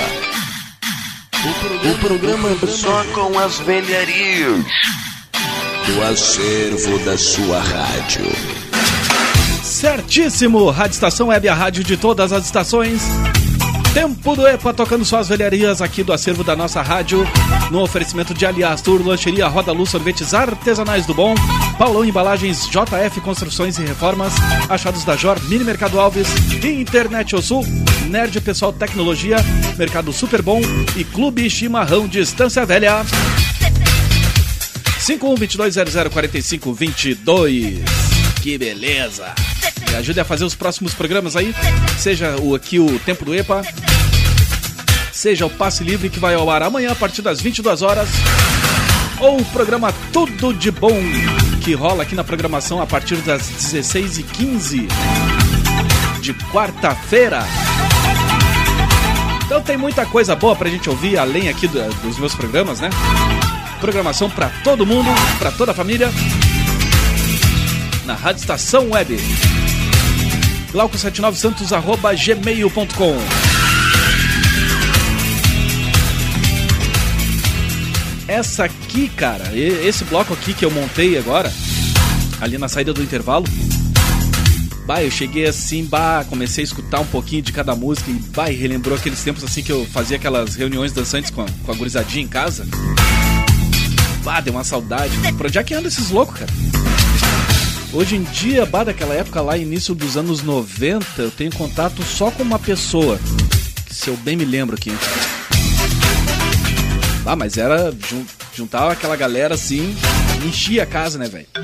O programa só com as velharias do acervo da sua rádio. Certíssimo! Rádio Estação Web, a rádio de todas as estações. Tempo do EPA, tocando suas velharias aqui do acervo da nossa rádio, no oferecimento de Aliás Tour, Lancheria Roda Luz, Sorvetes Artesanais do Bom, Paulão Embalagens, JF Construções e Reformas, Achados da Jor, Mini Mercado Alves, Internet O Sul, Nerd Pessoal Tecnologia, Mercado Super Bom e Clube Chimarrão de Estância Velha. 51-2200-4522. Que beleza! Me ajude a fazer os próximos programas aí, seja aqui o Tempo do EPA, seja o Passe Livre, que vai ao ar amanhã a partir das 22 horas, ou o programa Tudo de Bom, que rola aqui na programação a partir das 16h15 de quarta-feira. Então tem muita coisa boa pra gente ouvir, além aqui dos meus programas, né? Programação pra todo mundo, pra toda a família, na Rádio Estação Web. glauco79santos@gmail.com. Essa aqui, cara, esse bloco aqui que eu montei agora, ali na saída do intervalo, eu cheguei assim, comecei a escutar um pouquinho de cada música e relembrou aqueles tempos assim que eu fazia aquelas reuniões dançantes com a gurizadinha em casa. Deu uma saudade. Pra onde é que anda esses loucos, cara? Hoje em dia, daquela época lá, início dos anos 90, eu tenho contato só com uma pessoa, que se eu bem me lembro aqui. Mas era, juntava aquela galera assim, enchia a casa, né, velho?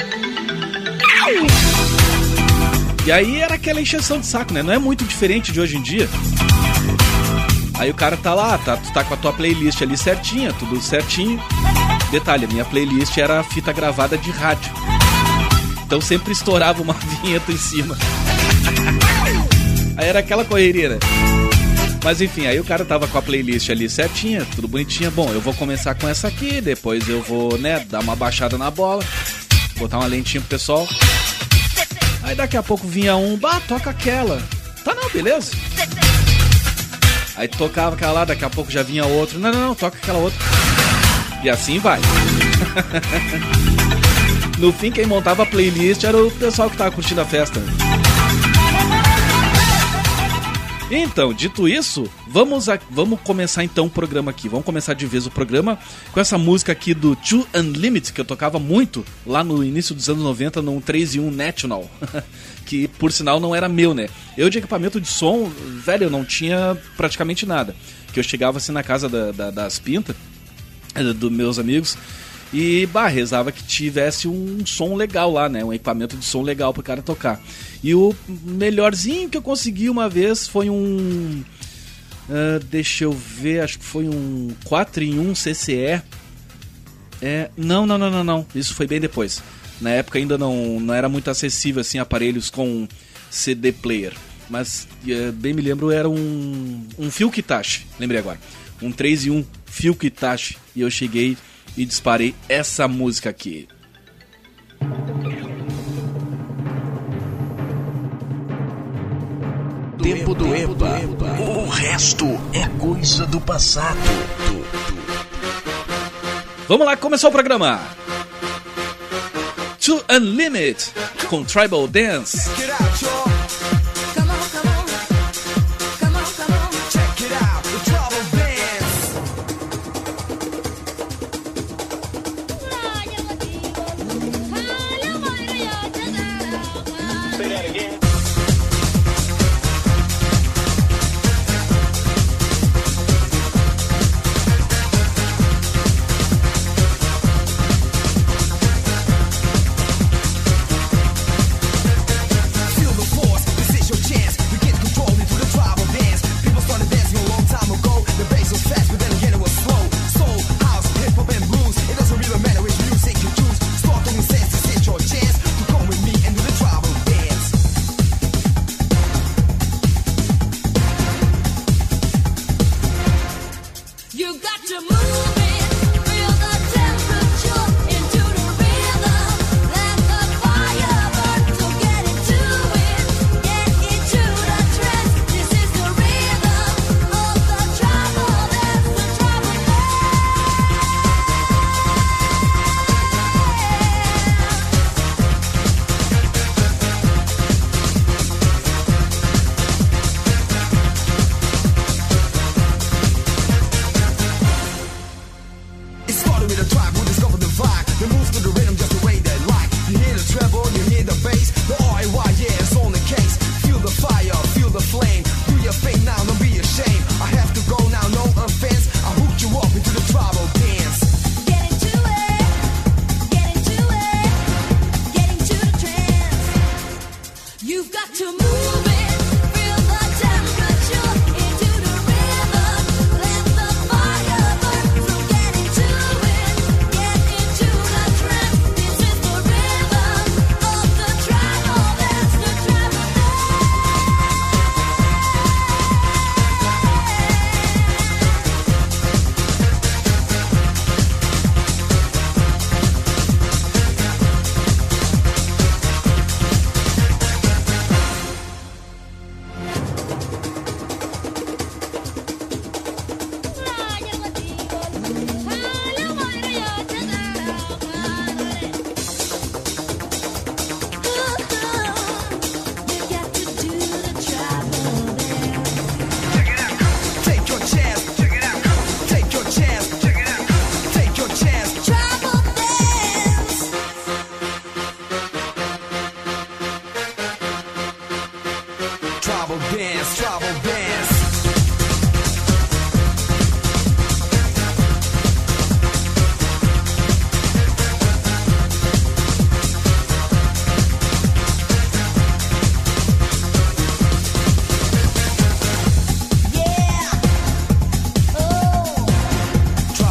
E aí era aquela encheção de saco, né? Não é muito diferente de hoje em dia. Aí o cara tá lá, tu tá com a tua playlist ali certinha, tudo certinho. Detalhe, a minha playlist era fita gravada de rádio. Então sempre estourava uma vinheta em cima. Aí era aquela correria, né? Mas enfim, aí o cara tava com a playlist ali certinha, tudo bonitinha. Bom, eu vou começar com essa aqui, depois eu vou, né, dar uma baixada na bola, botar uma lentinha pro pessoal. Aí daqui a pouco vinha toca aquela. Tá, não, beleza. Aí tocava aquela lá, daqui a pouco já vinha outro. Não, toca aquela outra. E assim vai. No fim, quem montava a playlist era o pessoal que tava curtindo a festa. Então, dito isso, vamos começar então o programa aqui. Vamos começar de vez o programa com essa música aqui do Too Unlimited, que eu tocava muito lá no início dos anos 90 num 3-in-1 National, que por sinal não era meu, né? Eu de equipamento de som, velho, eu não tinha praticamente nada. Que eu chegava assim na casa das pintas, dos meus amigos, e rezava que tivesse um som legal lá, né? Um equipamento de som legal pro cara tocar. E o melhorzinho que eu consegui uma vez foi um... deixa eu ver, acho que foi um 4-in-1 CCE. Não. Isso foi bem depois. Na época ainda não era muito acessível assim, aparelhos com CD player. Mas, bem me lembro, era um Filkitashi. Lembrei agora. Um 3-in-1 Filkitashi. E eu cheguei e disparei essa música aqui. Tempo do EPA. O resto é coisa do passado. Vamos lá, começou o programa. Too Unlimited com Tribal Dance.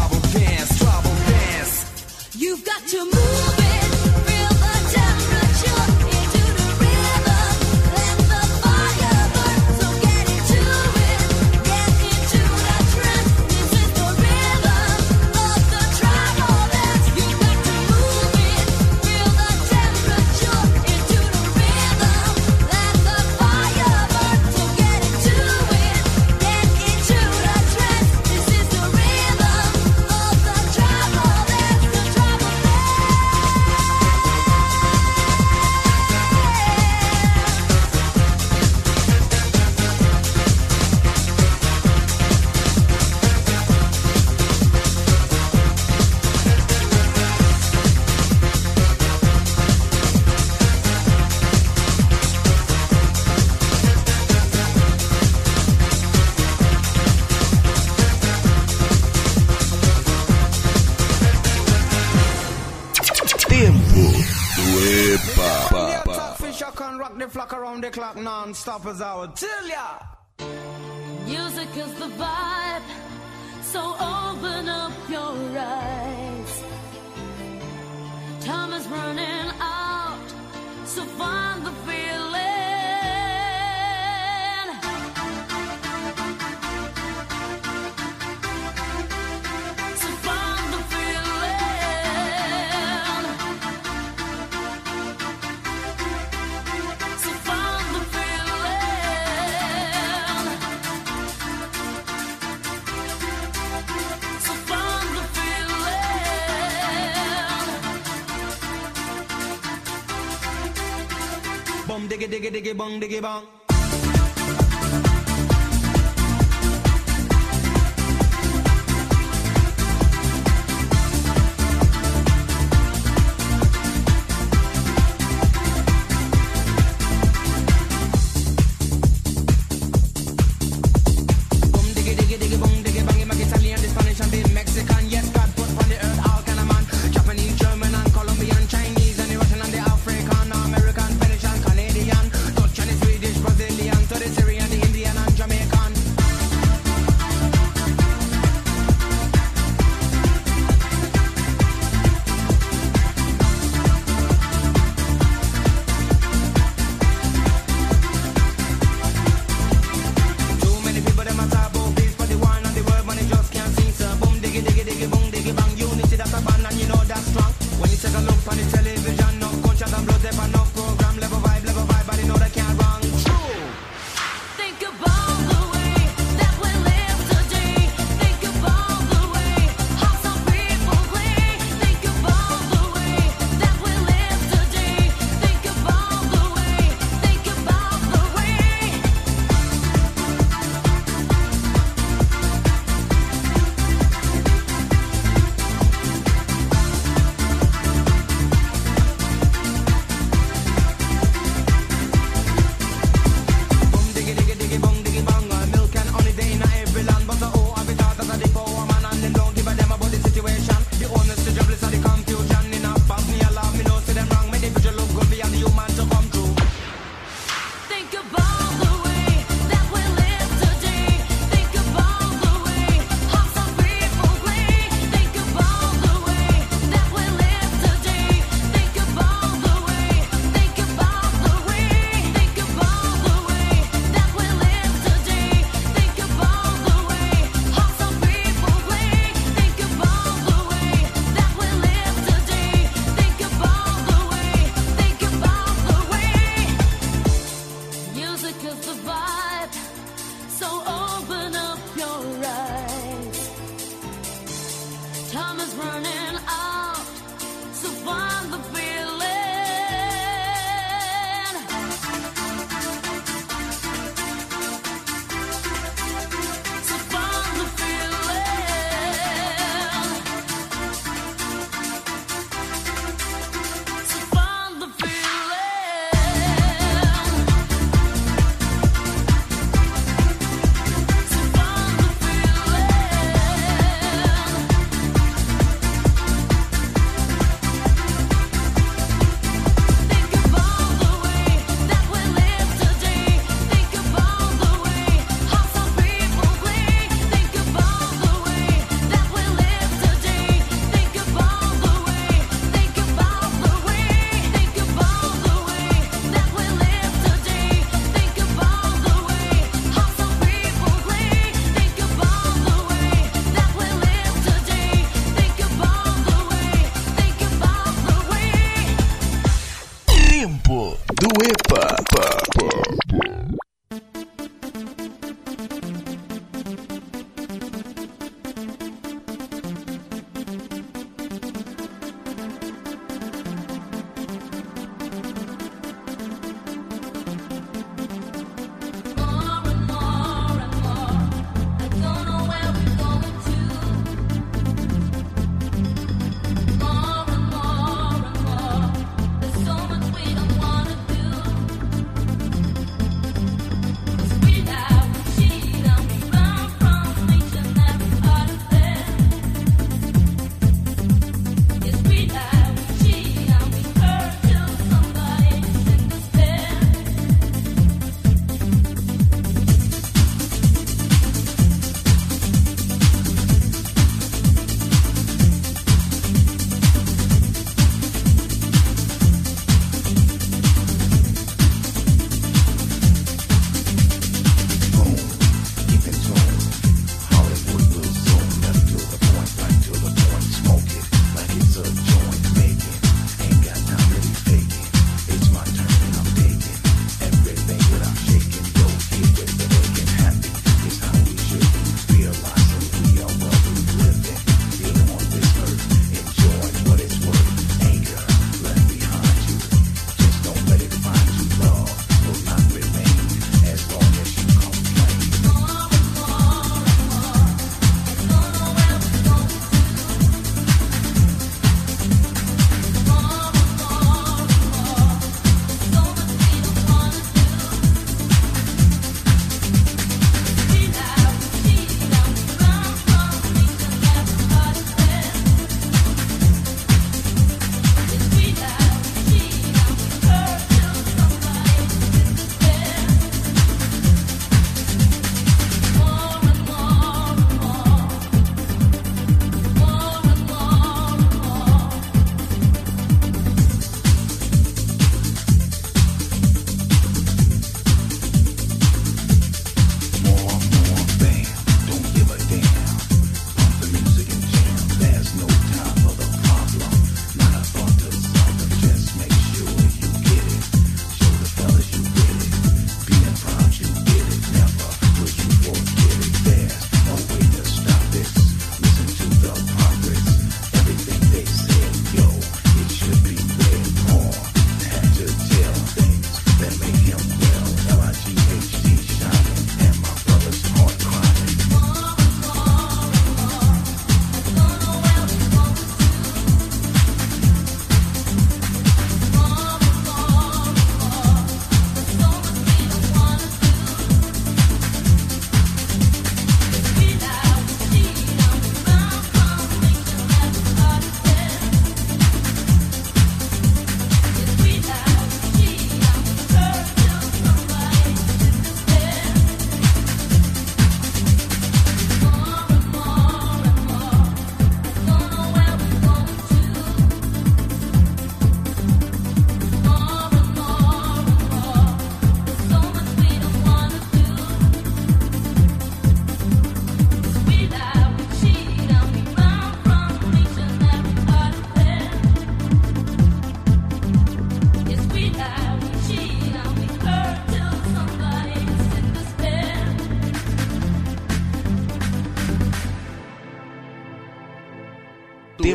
You've got to move it, feel the temperature. rock the flock around the clock non-stop as I would tell ya. Music is the vibe, so open up your eyes. Time is running out, so find the feeling. So find the feeling. So find the feeling. So find the feeling. Bum diggy diggy diggy bong diggy bong.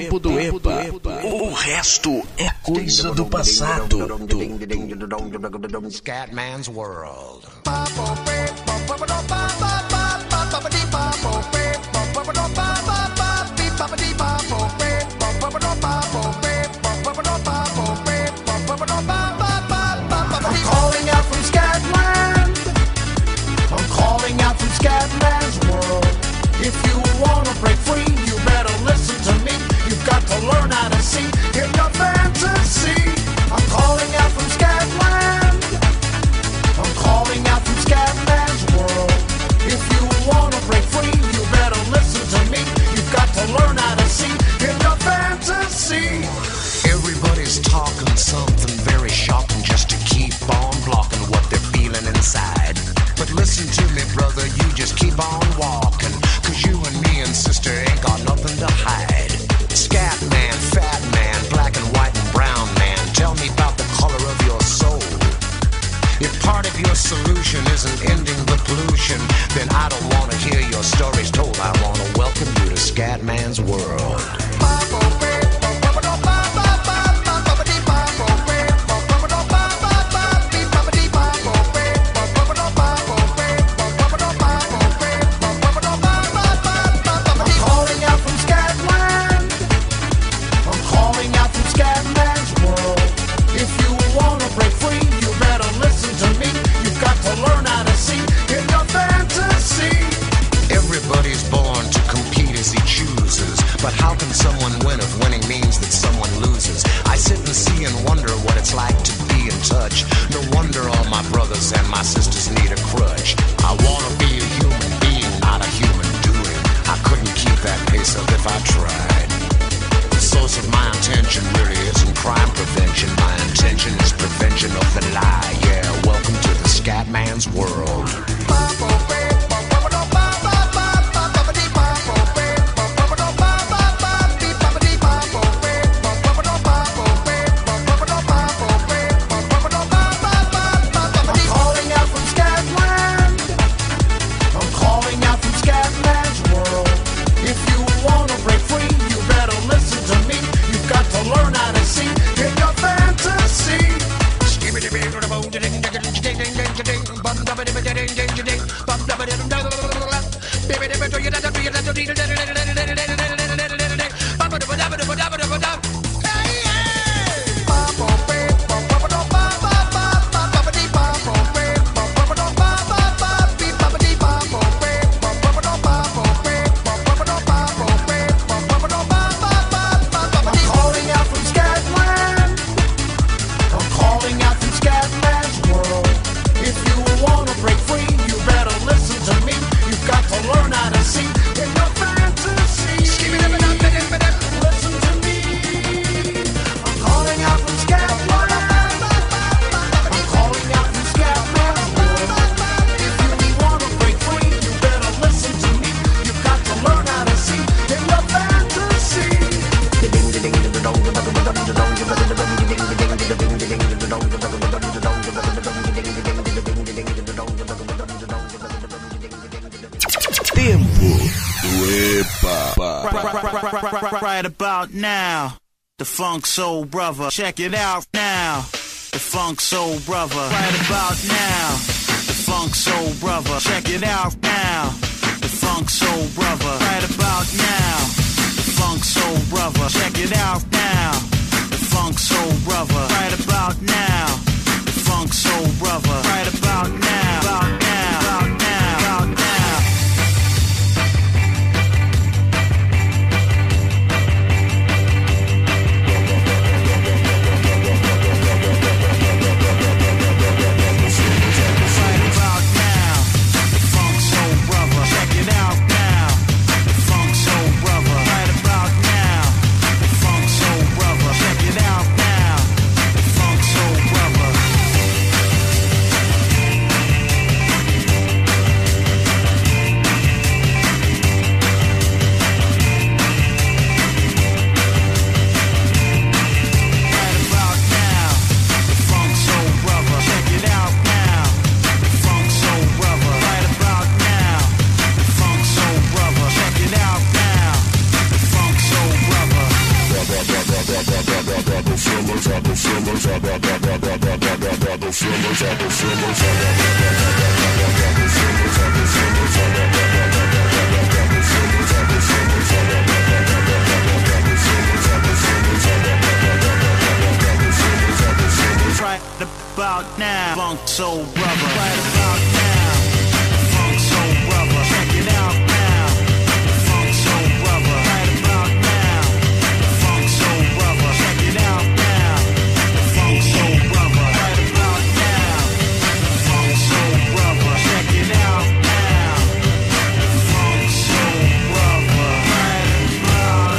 Tempo do EPA. O resto é coisa do passado. Scatman's World. Scatman's World. If you wanna break free, you better listen to me. You've got to learn how to see in your fantasy. I'm calling out from Scatland. I'm calling out from Scatman's World. If you wanna break free, you better listen to me. You've got to learn how to see in your fantasy. Everybody's talking something very shocking just to keep on blocking what they're feeling inside. But listen to me, brother, you just keep on walking. Cause you and me and sister ain't got nothing to hide. Scat man, fat man, black and white and brown man, tell me about the color of your soul. If part of your solution isn't ending the pollution, then I don't want to hear your stories told. I want to welcome you to Scatman's World. But how can someone win if winning means that someone loses? I sit and see and wonder what it's like to be in touch. No wonder all my brothers and my sisters need a crutch. I want to be a human being, not a human doing. I couldn't keep that pace up if I tried. The source of my intention really isn't crime prevention. My intention is prevention of the lie. Yeah, welcome to the Scatman's World. Right about now, the Funk Soul Brother. Check it out now, the Funk Soul Brother. Right about now, the Funk Soul Brother. Check it out now, the Funk Soul Brother. Right about now, the Funk Soul Brother. Check it out now, the Funk Soul Brother. Right about now, the Funk Soul Brother. Right about now, about now, about now, about now. Brother. Right about now, Funk Soul Brother. Right about now, Funk Soul Brother. Check it out now, Funk Soul Brother. Right about now, Funk Soul Brother. Check it out now, Funk Soul Brother. Right about now, Funk Soul Brother. Check it out now, Funk Soul Brother. Right about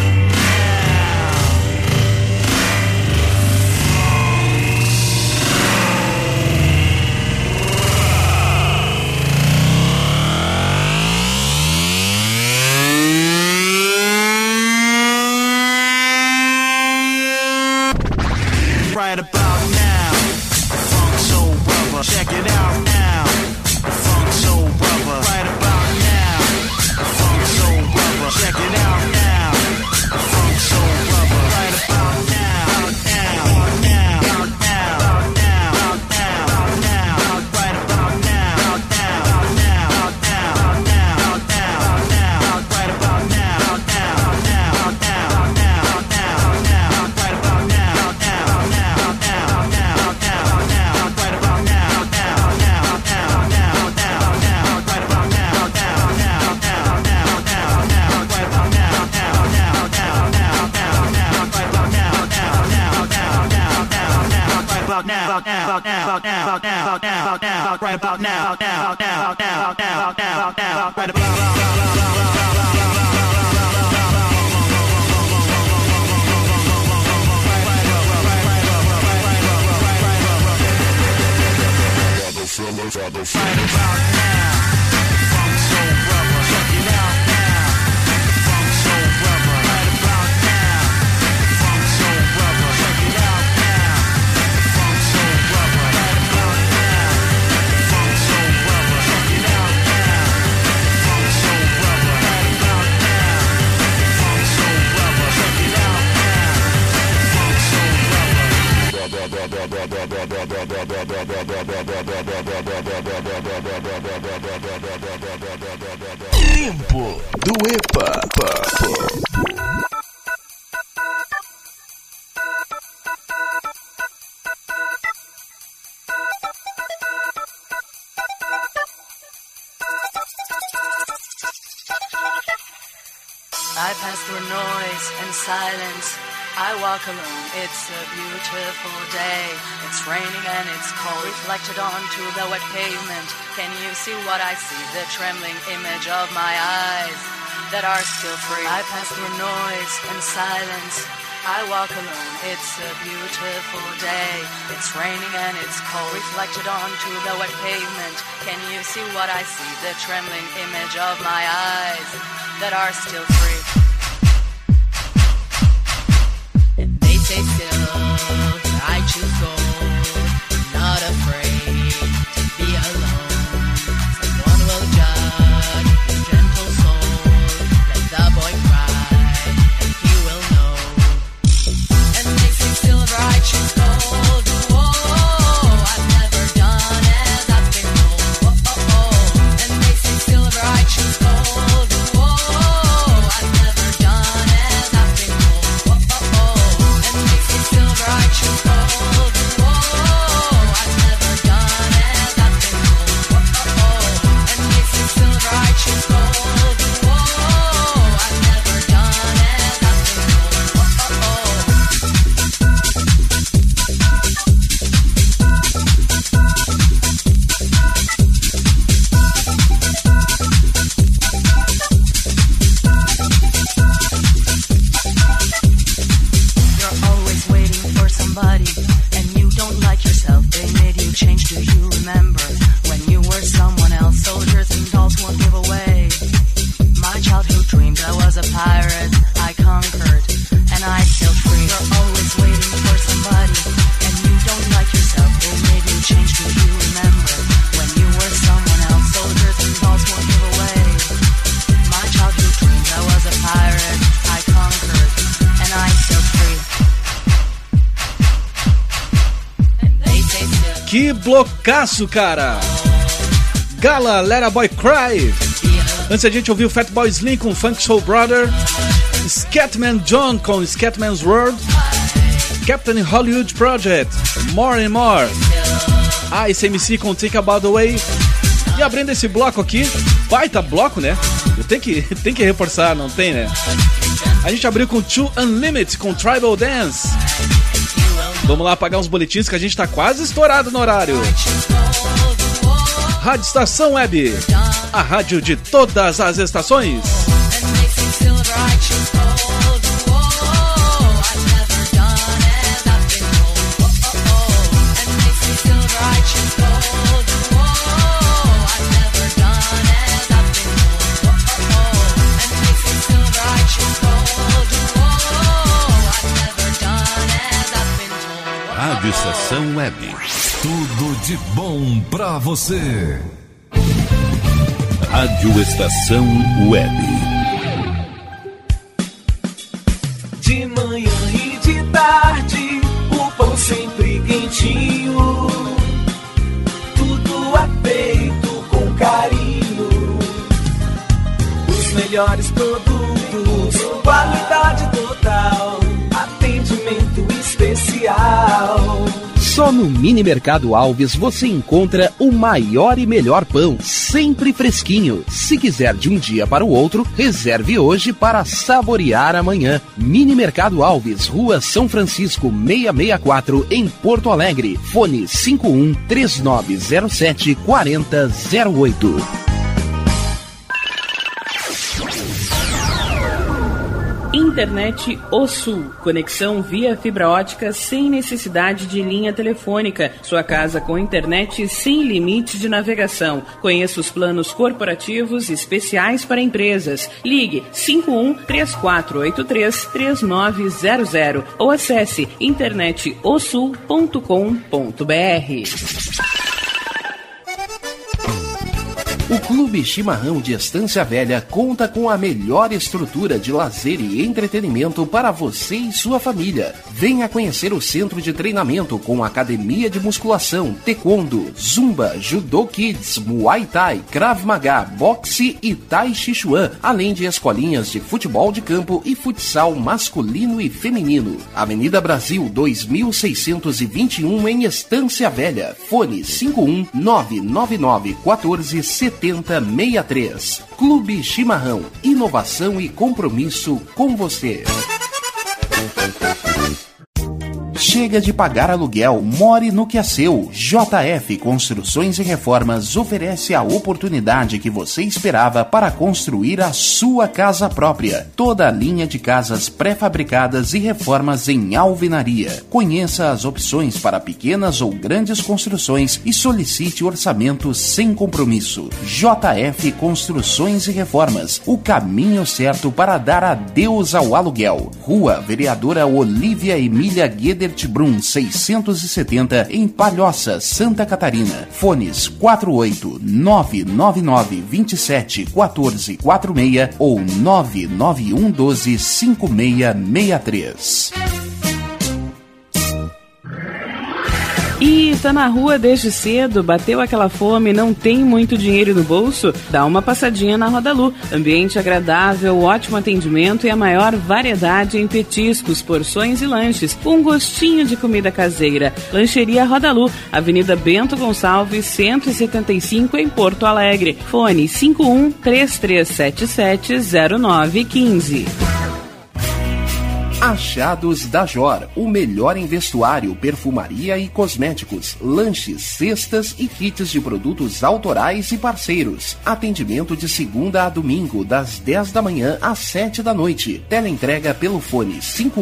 right about now, Funk Soul Brother. Check it out now, Funk Soul Brother. Right about now, Funk Soul Brother. Check it out now, Funk Soul Brother. Right about now, now, now, now, now, now, now, right about now, now, now, now, now, now, now, right about now, now, now, now, now, now, now, right about now, now, now, now, now, now, now, right about now, now, now, now, now, now, now, right about now, now, now, now, now, now, right about now, now, now, now, now, now, right about now, now, now, now, now, now, right about now, now, now, now, now, now, right about now, now, now, now, now, now, right Tempo do EPA. I pass through noise and silence. I walk alone, it's a beautiful day. It's raining and it's cold, reflected onto the wet pavement. Can you see what I see? The trembling image of my eyes that are still free. I pass through noise and silence. I walk alone, it's a beautiful day. It's raining and it's cold, reflected onto the wet pavement. Can you see what I see? The trembling image of my eyes that are still free. Stay still, I choose gold, not afraid to be alone. Someone will judge your gentle soul. Let the boy cry, and he will know. And they say silver, I choose gold. Whoa, I've never done as I've been told. And they say silver, I choose gold. Whoa, I've never done as I've been told. Silver, I choose gold. Whoa, I've never done as I've been told. And this is silver, I choose gold. Whoa, I've never done as I've been somebody, and you don't like yourself. They made you change, do you remember? When you were someone else, soldiers and dolls won't give away. My childhood dreamed I was a pirate, I conquered, and I sailed free. You're always waiting for somebody, and you don't like yourself. They made you change, do you remember? When you were someone else, soldiers and dolls won't give away. My childhood dreamed I was a pirate, I conquered, and I sailed free. Que Que blocaço, cara! Gala, Let a Boy Cry. Antes a gente ouviu Fatboy Slim com Funk Soul Brother, Scatman John com Scatman's World, Captain Hollywood Project, More and More, Ice MC com Think About the Way. E abrindo esse bloco aqui, baita bloco, né? Eu tenho que reforçar, não tem, né? A gente abriu com Two Unlimited com Tribal Dance. Vamos lá pagar uns boletins que a gente tá quase estourado no horário. Rádio Estação Web, a rádio de todas as estações. Rádio Estação Web. Tudo de bom pra você. Rádio Estação Web. De manhã e de tarde, o pão sempre quentinho. Tudo é feito com carinho. Os melhores produtos, qualidade total, atendimento especial. Só no Mini Mercado Alves você encontra o maior e melhor pão, sempre fresquinho. Se quiser de um dia para o outro, reserve hoje para saborear amanhã. Mini Mercado Alves, Rua São Francisco 664, em Porto Alegre. Fone 51-3907-4008. Internet O Sul. Conexão via fibra ótica sem necessidade de linha telefônica. Sua casa com internet sem limite de navegação. Conheça os planos corporativos especiais para empresas. Ligue 51-3483-3900 ou acesse internetosul.com.br. O Clube Chimarrão de Estância Velha conta com a melhor estrutura de lazer e entretenimento para você e sua família. Venha conhecer o centro de treinamento com academia de musculação, taekwondo, zumba, judô kids, muay thai, krav maga, boxe e tai chi chuan, além de escolinhas de futebol de campo e futsal masculino e feminino. Avenida Brasil 2621 em Estância Velha. Fone 51-999-147063. Clube Chimarrão, inovação e compromisso com você. Chega de pagar aluguel, more no que é seu. JF Construções e Reformas oferece a oportunidade que você esperava para construir a sua casa própria. Toda a linha de casas pré-fabricadas e reformas em alvenaria. Conheça as opções para pequenas ou grandes construções e solicite orçamento sem compromisso. JF Construções e Reformas, o caminho certo para dar adeus ao aluguel. Rua Vereadora Olívia Emília Guedert Brum 670 em Palhoça, Santa Catarina. Fones 48999271446 ou 991125663. E tá na rua desde cedo, bateu aquela fome, não tem muito dinheiro no bolso? Dá uma passadinha na Roda Lu. Ambiente agradável, ótimo atendimento e a maior variedade em petiscos, porções e lanches, com um gostinho de comida caseira. Lancheria Roda Lu, Avenida Bento Gonçalves, 175 em Porto Alegre. Fone 51-3377-0915. Achados da Jor, o melhor em vestuário, perfumaria e cosméticos, lanches, cestas e kits de produtos autorais e parceiros. Atendimento de segunda a domingo, das 10 da manhã às 7 da noite. Teleentrega pelo fone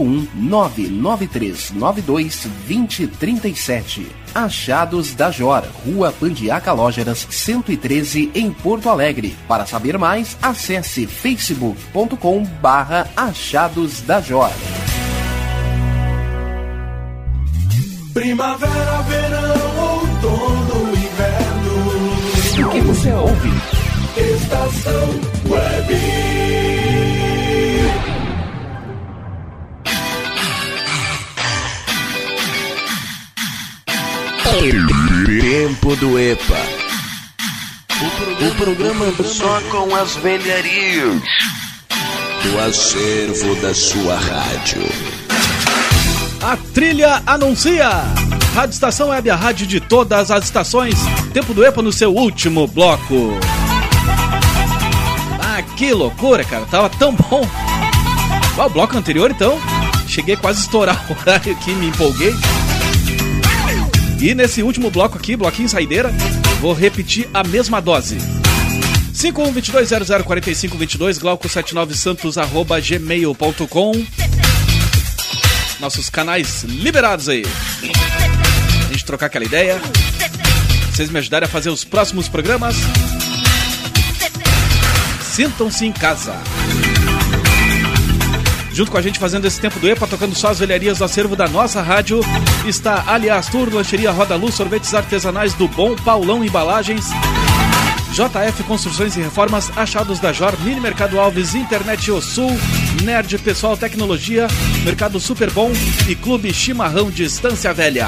51-99392-2037. Achados da Jor, Rua Pandiaca Lógeras, 113 em Porto Alegre. Para saber mais, acesse facebook.com/Achados da Jor. Primavera, verão, outono, inverno. O que você ouve? Estação Web. Tempo do EPA. O programa só com as velharias do acervo da sua rádio. A trilha anuncia. Rádio Estação Web, a rádio de todas as estações. Tempo do EPA no seu último bloco. Ah, que loucura, cara. Tava tão bom. O bloco anterior, então, cheguei quase a estourar o horário aqui, me empolguei. E nesse último bloco aqui, bloquinho saideira, vou repetir a mesma dose. 5122004522, glauco79santos@gmail.com. Nossos canais liberados aí. A gente trocar aquela ideia. Vocês me ajudarem a fazer os próximos programas. Sintam-se em casa. Junto com a gente fazendo esse Tempo do EPA, tocando só as velharias do acervo da nossa rádio, está Aliás Tour, Lancheria Roda Luz, sorvetes artesanais do Bom, Paulão Embalagens, JF Construções e Reformas, Achados da Jor, Mini Mercado Alves, Internet O Sul, Nerd Pessoal Tecnologia, Mercado Super Bom e Clube Chimarrão de Estância Velha.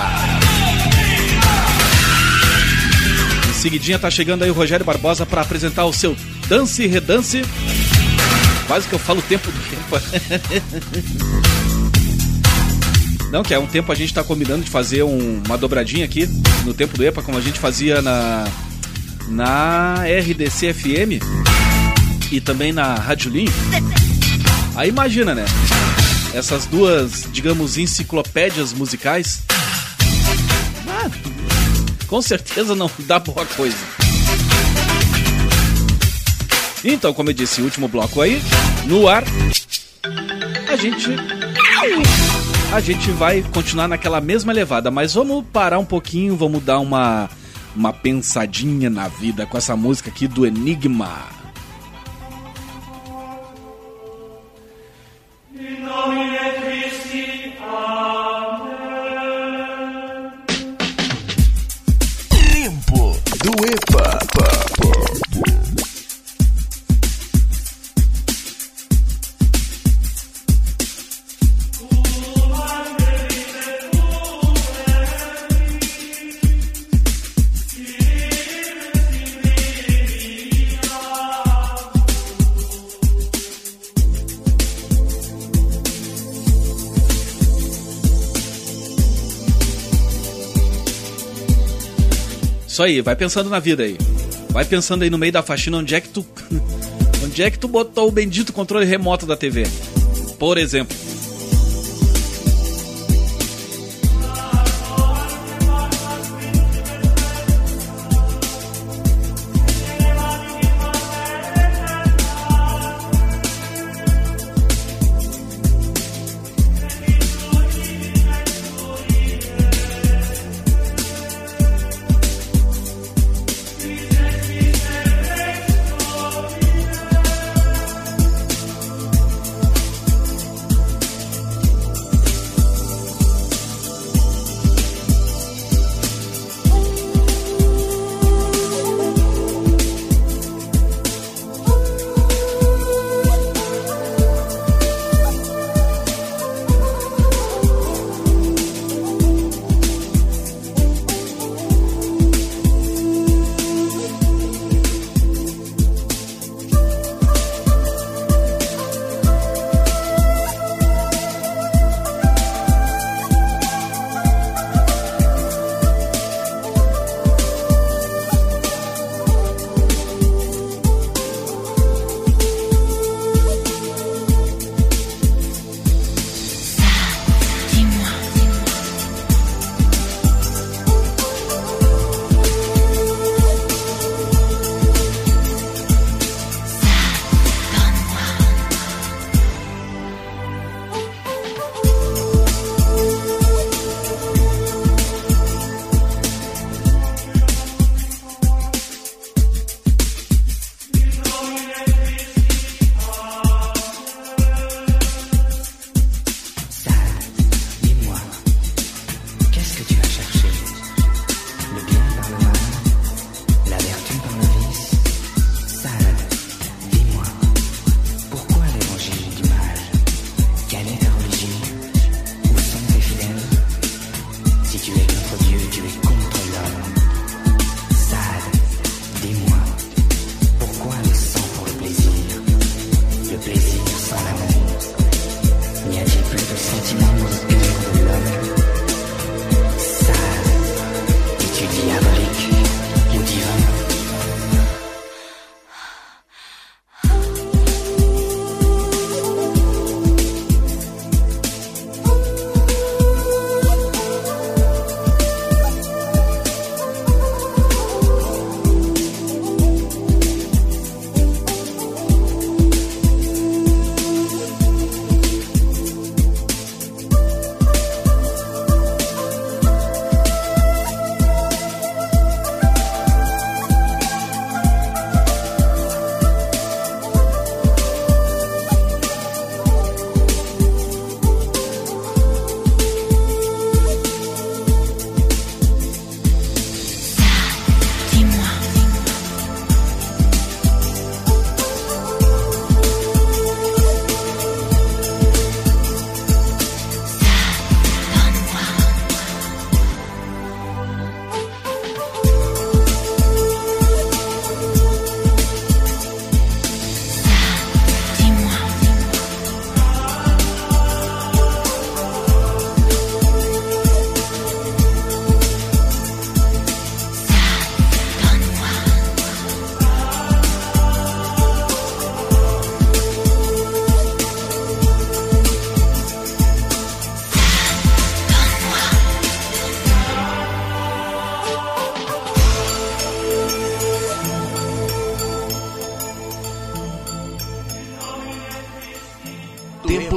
Em seguidinha tá chegando aí o Rogério Barbosa para apresentar o seu Dance e Redance. Quase que eu falo tempo do EPA. Não, que há um tempo a gente tá combinando de fazer uma dobradinha aqui no Tempo do EPA, como a gente fazia na RDC FM e também na Rádio Lim. Aí imagina, né? Essas duas, digamos, enciclopédias musicais. Com certeza não dá boa coisa. Então, como eu disse, o último bloco aí, no ar, a gente vai continuar naquela mesma levada, mas vamos parar um pouquinho, vamos dar uma pensadinha na vida com essa música aqui do Enigma. Tempo do EPA. Isso aí, vai pensando na vida aí. Vai pensando aí no meio da faxina onde é que tu botou o bendito controle remoto da TV. Por exemplo.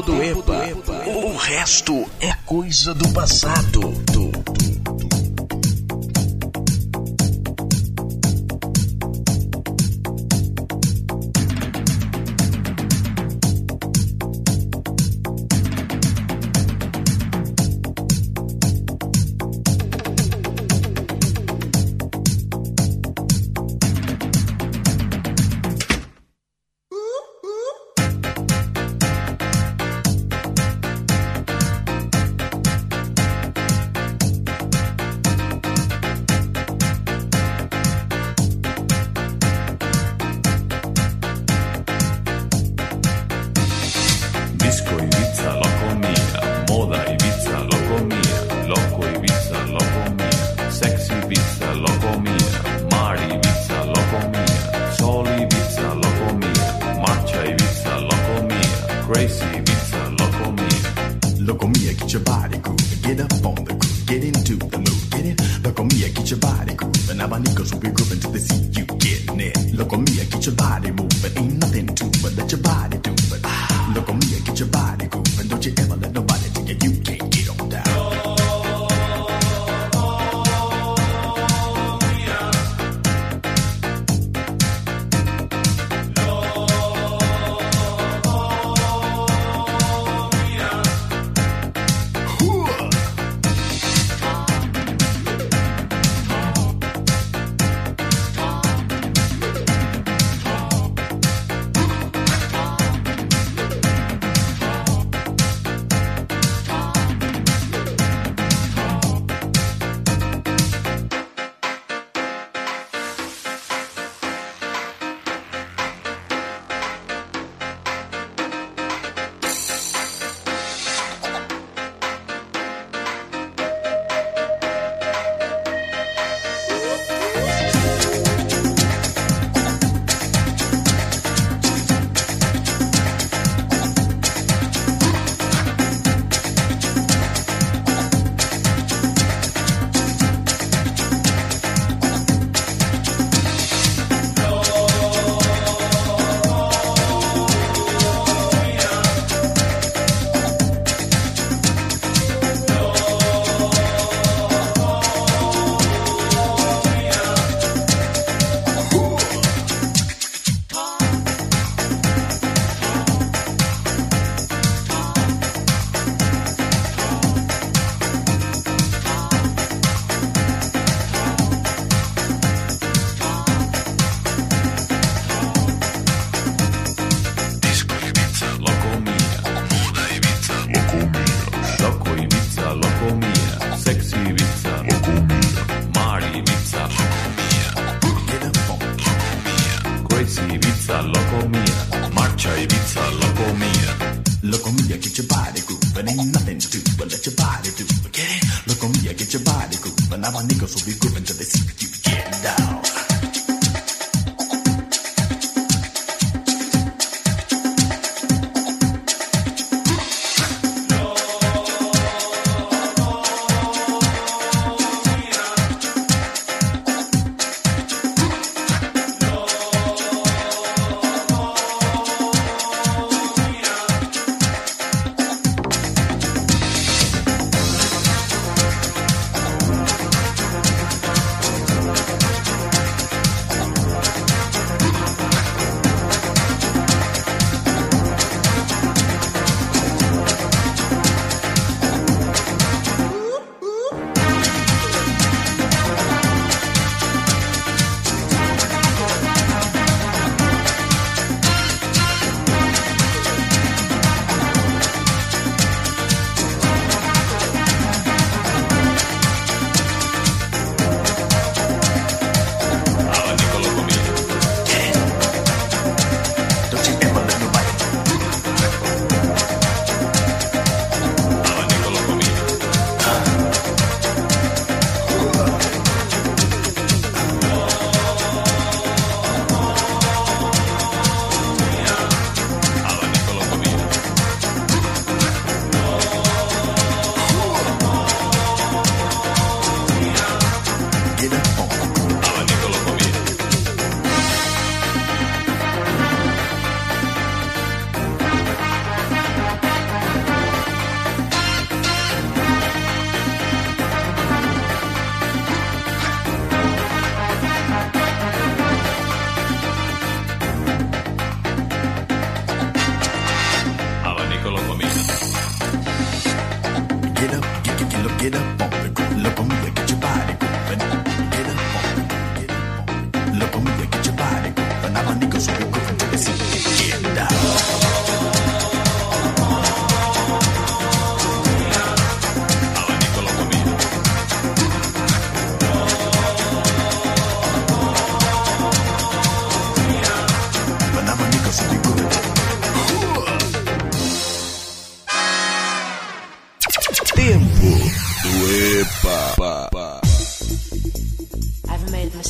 do EPA. O resto é coisa do passado.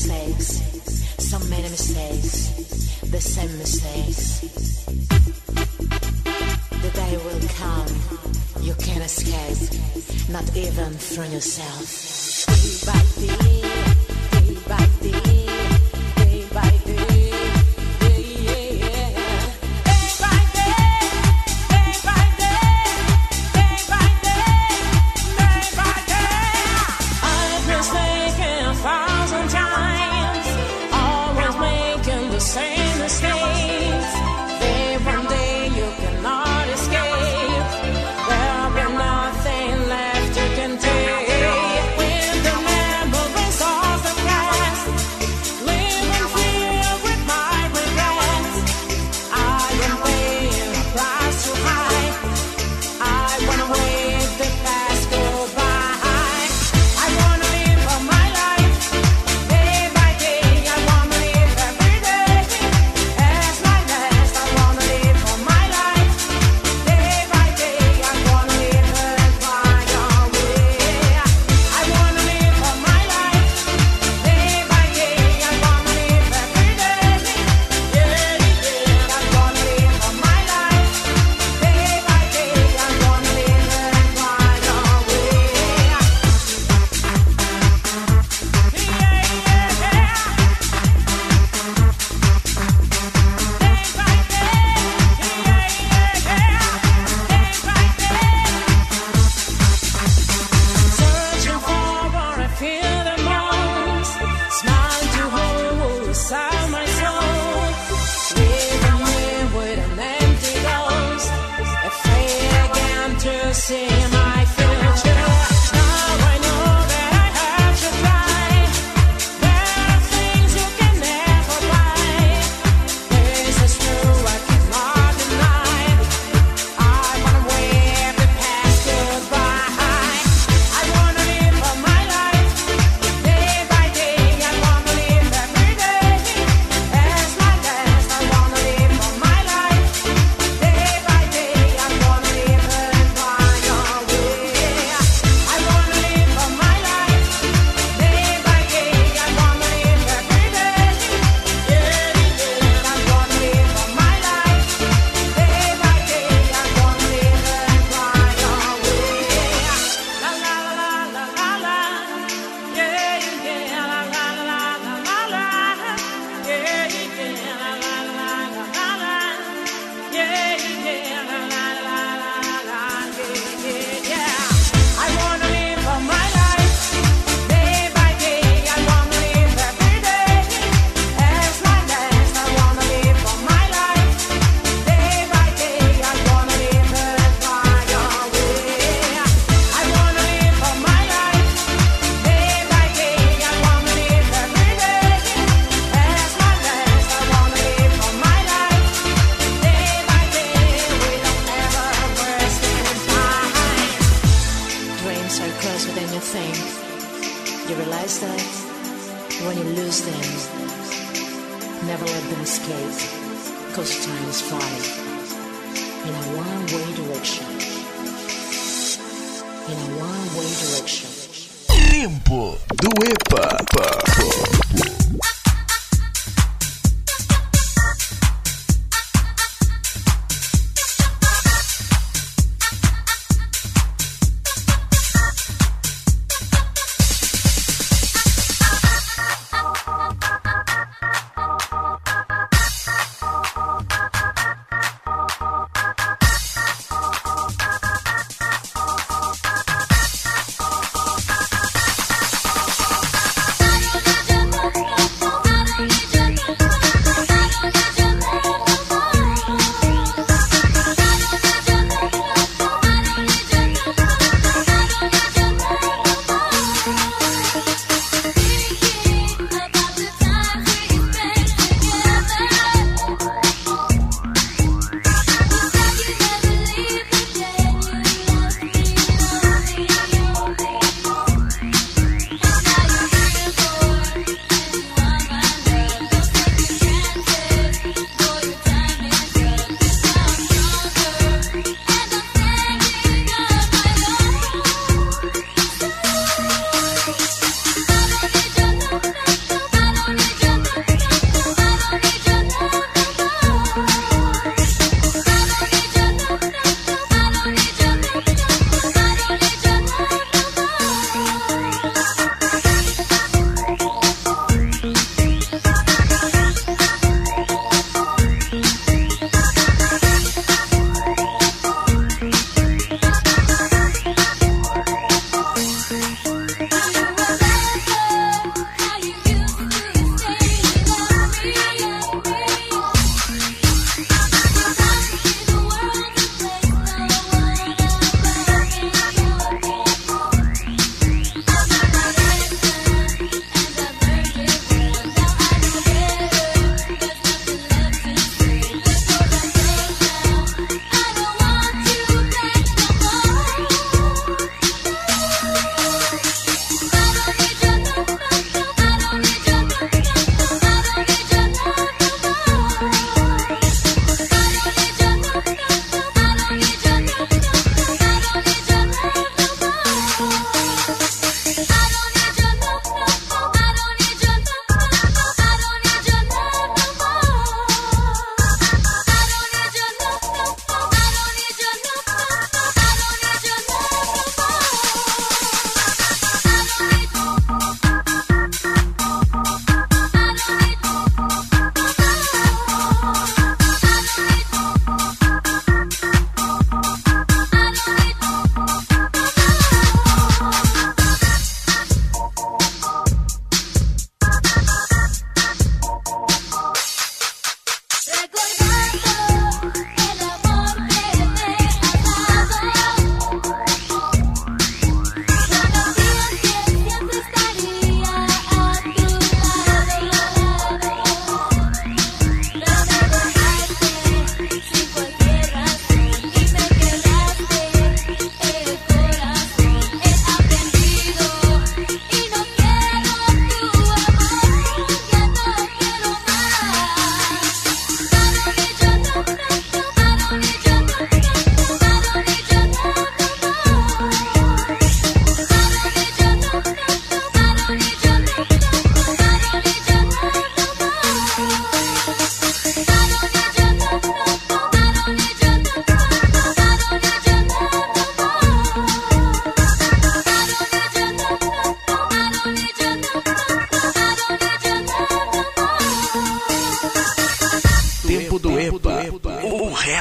mistakes, so many mistakes, the same mistakes. The day will come, you can't escape, not even from yourself. Day by day, day by day, day by day. Same mistakes. Then one day you cannot escape. There'll be nothing left you can take. When the memories of the past, living free with my regrets. I am paying a price too high. I wanna wave the past goodbye. I wanna live for my life, day by day. I wanna live every day. Tempo do EPA.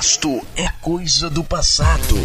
resto é coisa do passado.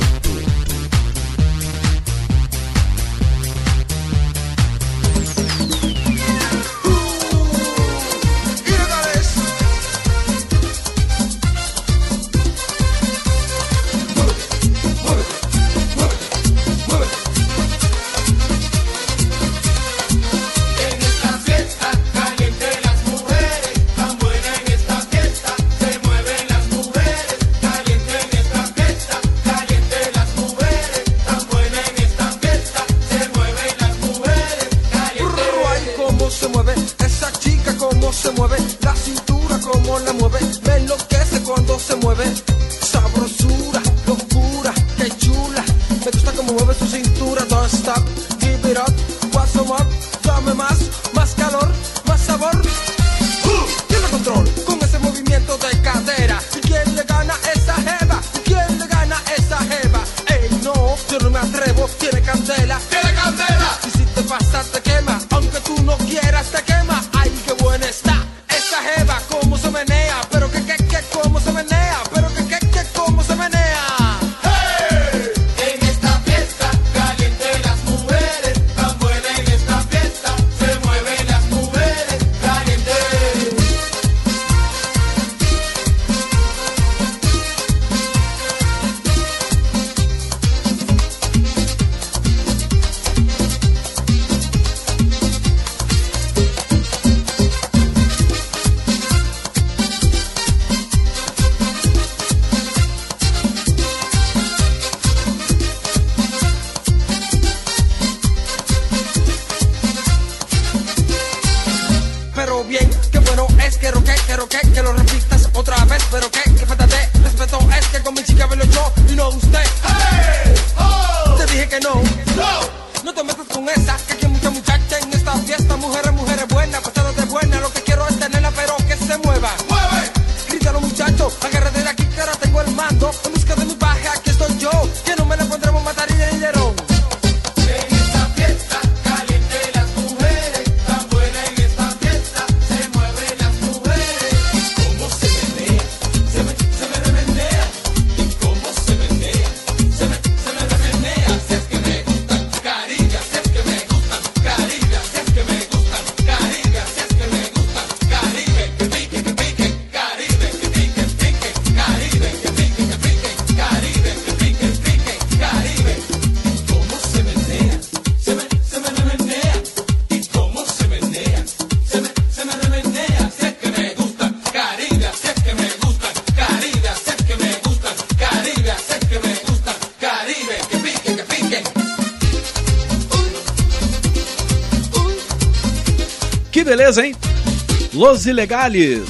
Beleza, hein? Los Ilegales,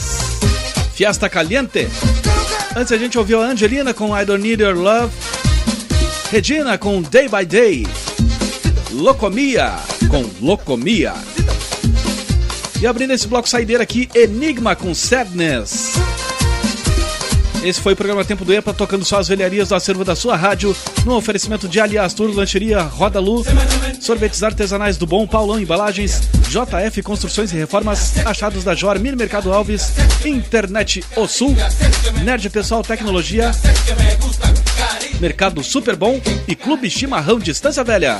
Fiesta Caliente. Antes a gente ouviu a Angelina com I Don't Need Your Love, Regina com Day by Day, Locomia com Locomia. E abrindo esse bloco saideira aqui, Enigma com Sadness. Esse foi o programa Tempo do EPA, tocando só as velharias do acervo da sua rádio, no oferecimento de Aliás Tour, Lancheria Roda Lu, Sorvetes Artesanais do Bom, Paulão Embalagens, JF Construções e Reformas, Achados da Jor, Mini Mercado Alves, Internet O Sul, Nerd Pessoal Tecnologia, Mercado Super Bom e Clube Chimarrão Distância Velha.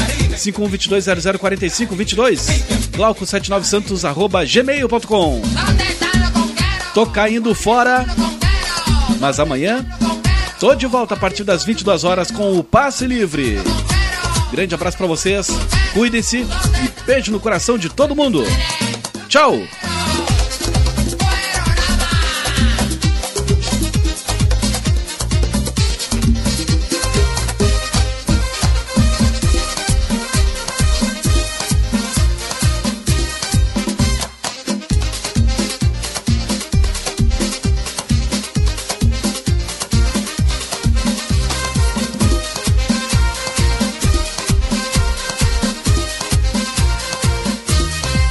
5122004522, glauco79santos@gmail.com. Tô caindo fora, mas amanhã tô de volta a partir das 22 horas com o Passe Livre. Grande abraço pra vocês, cuidem-se e beijo no coração de todo mundo. Tchau!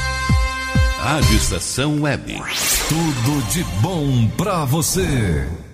Rádio Estação Web. Tudo de bom pra você.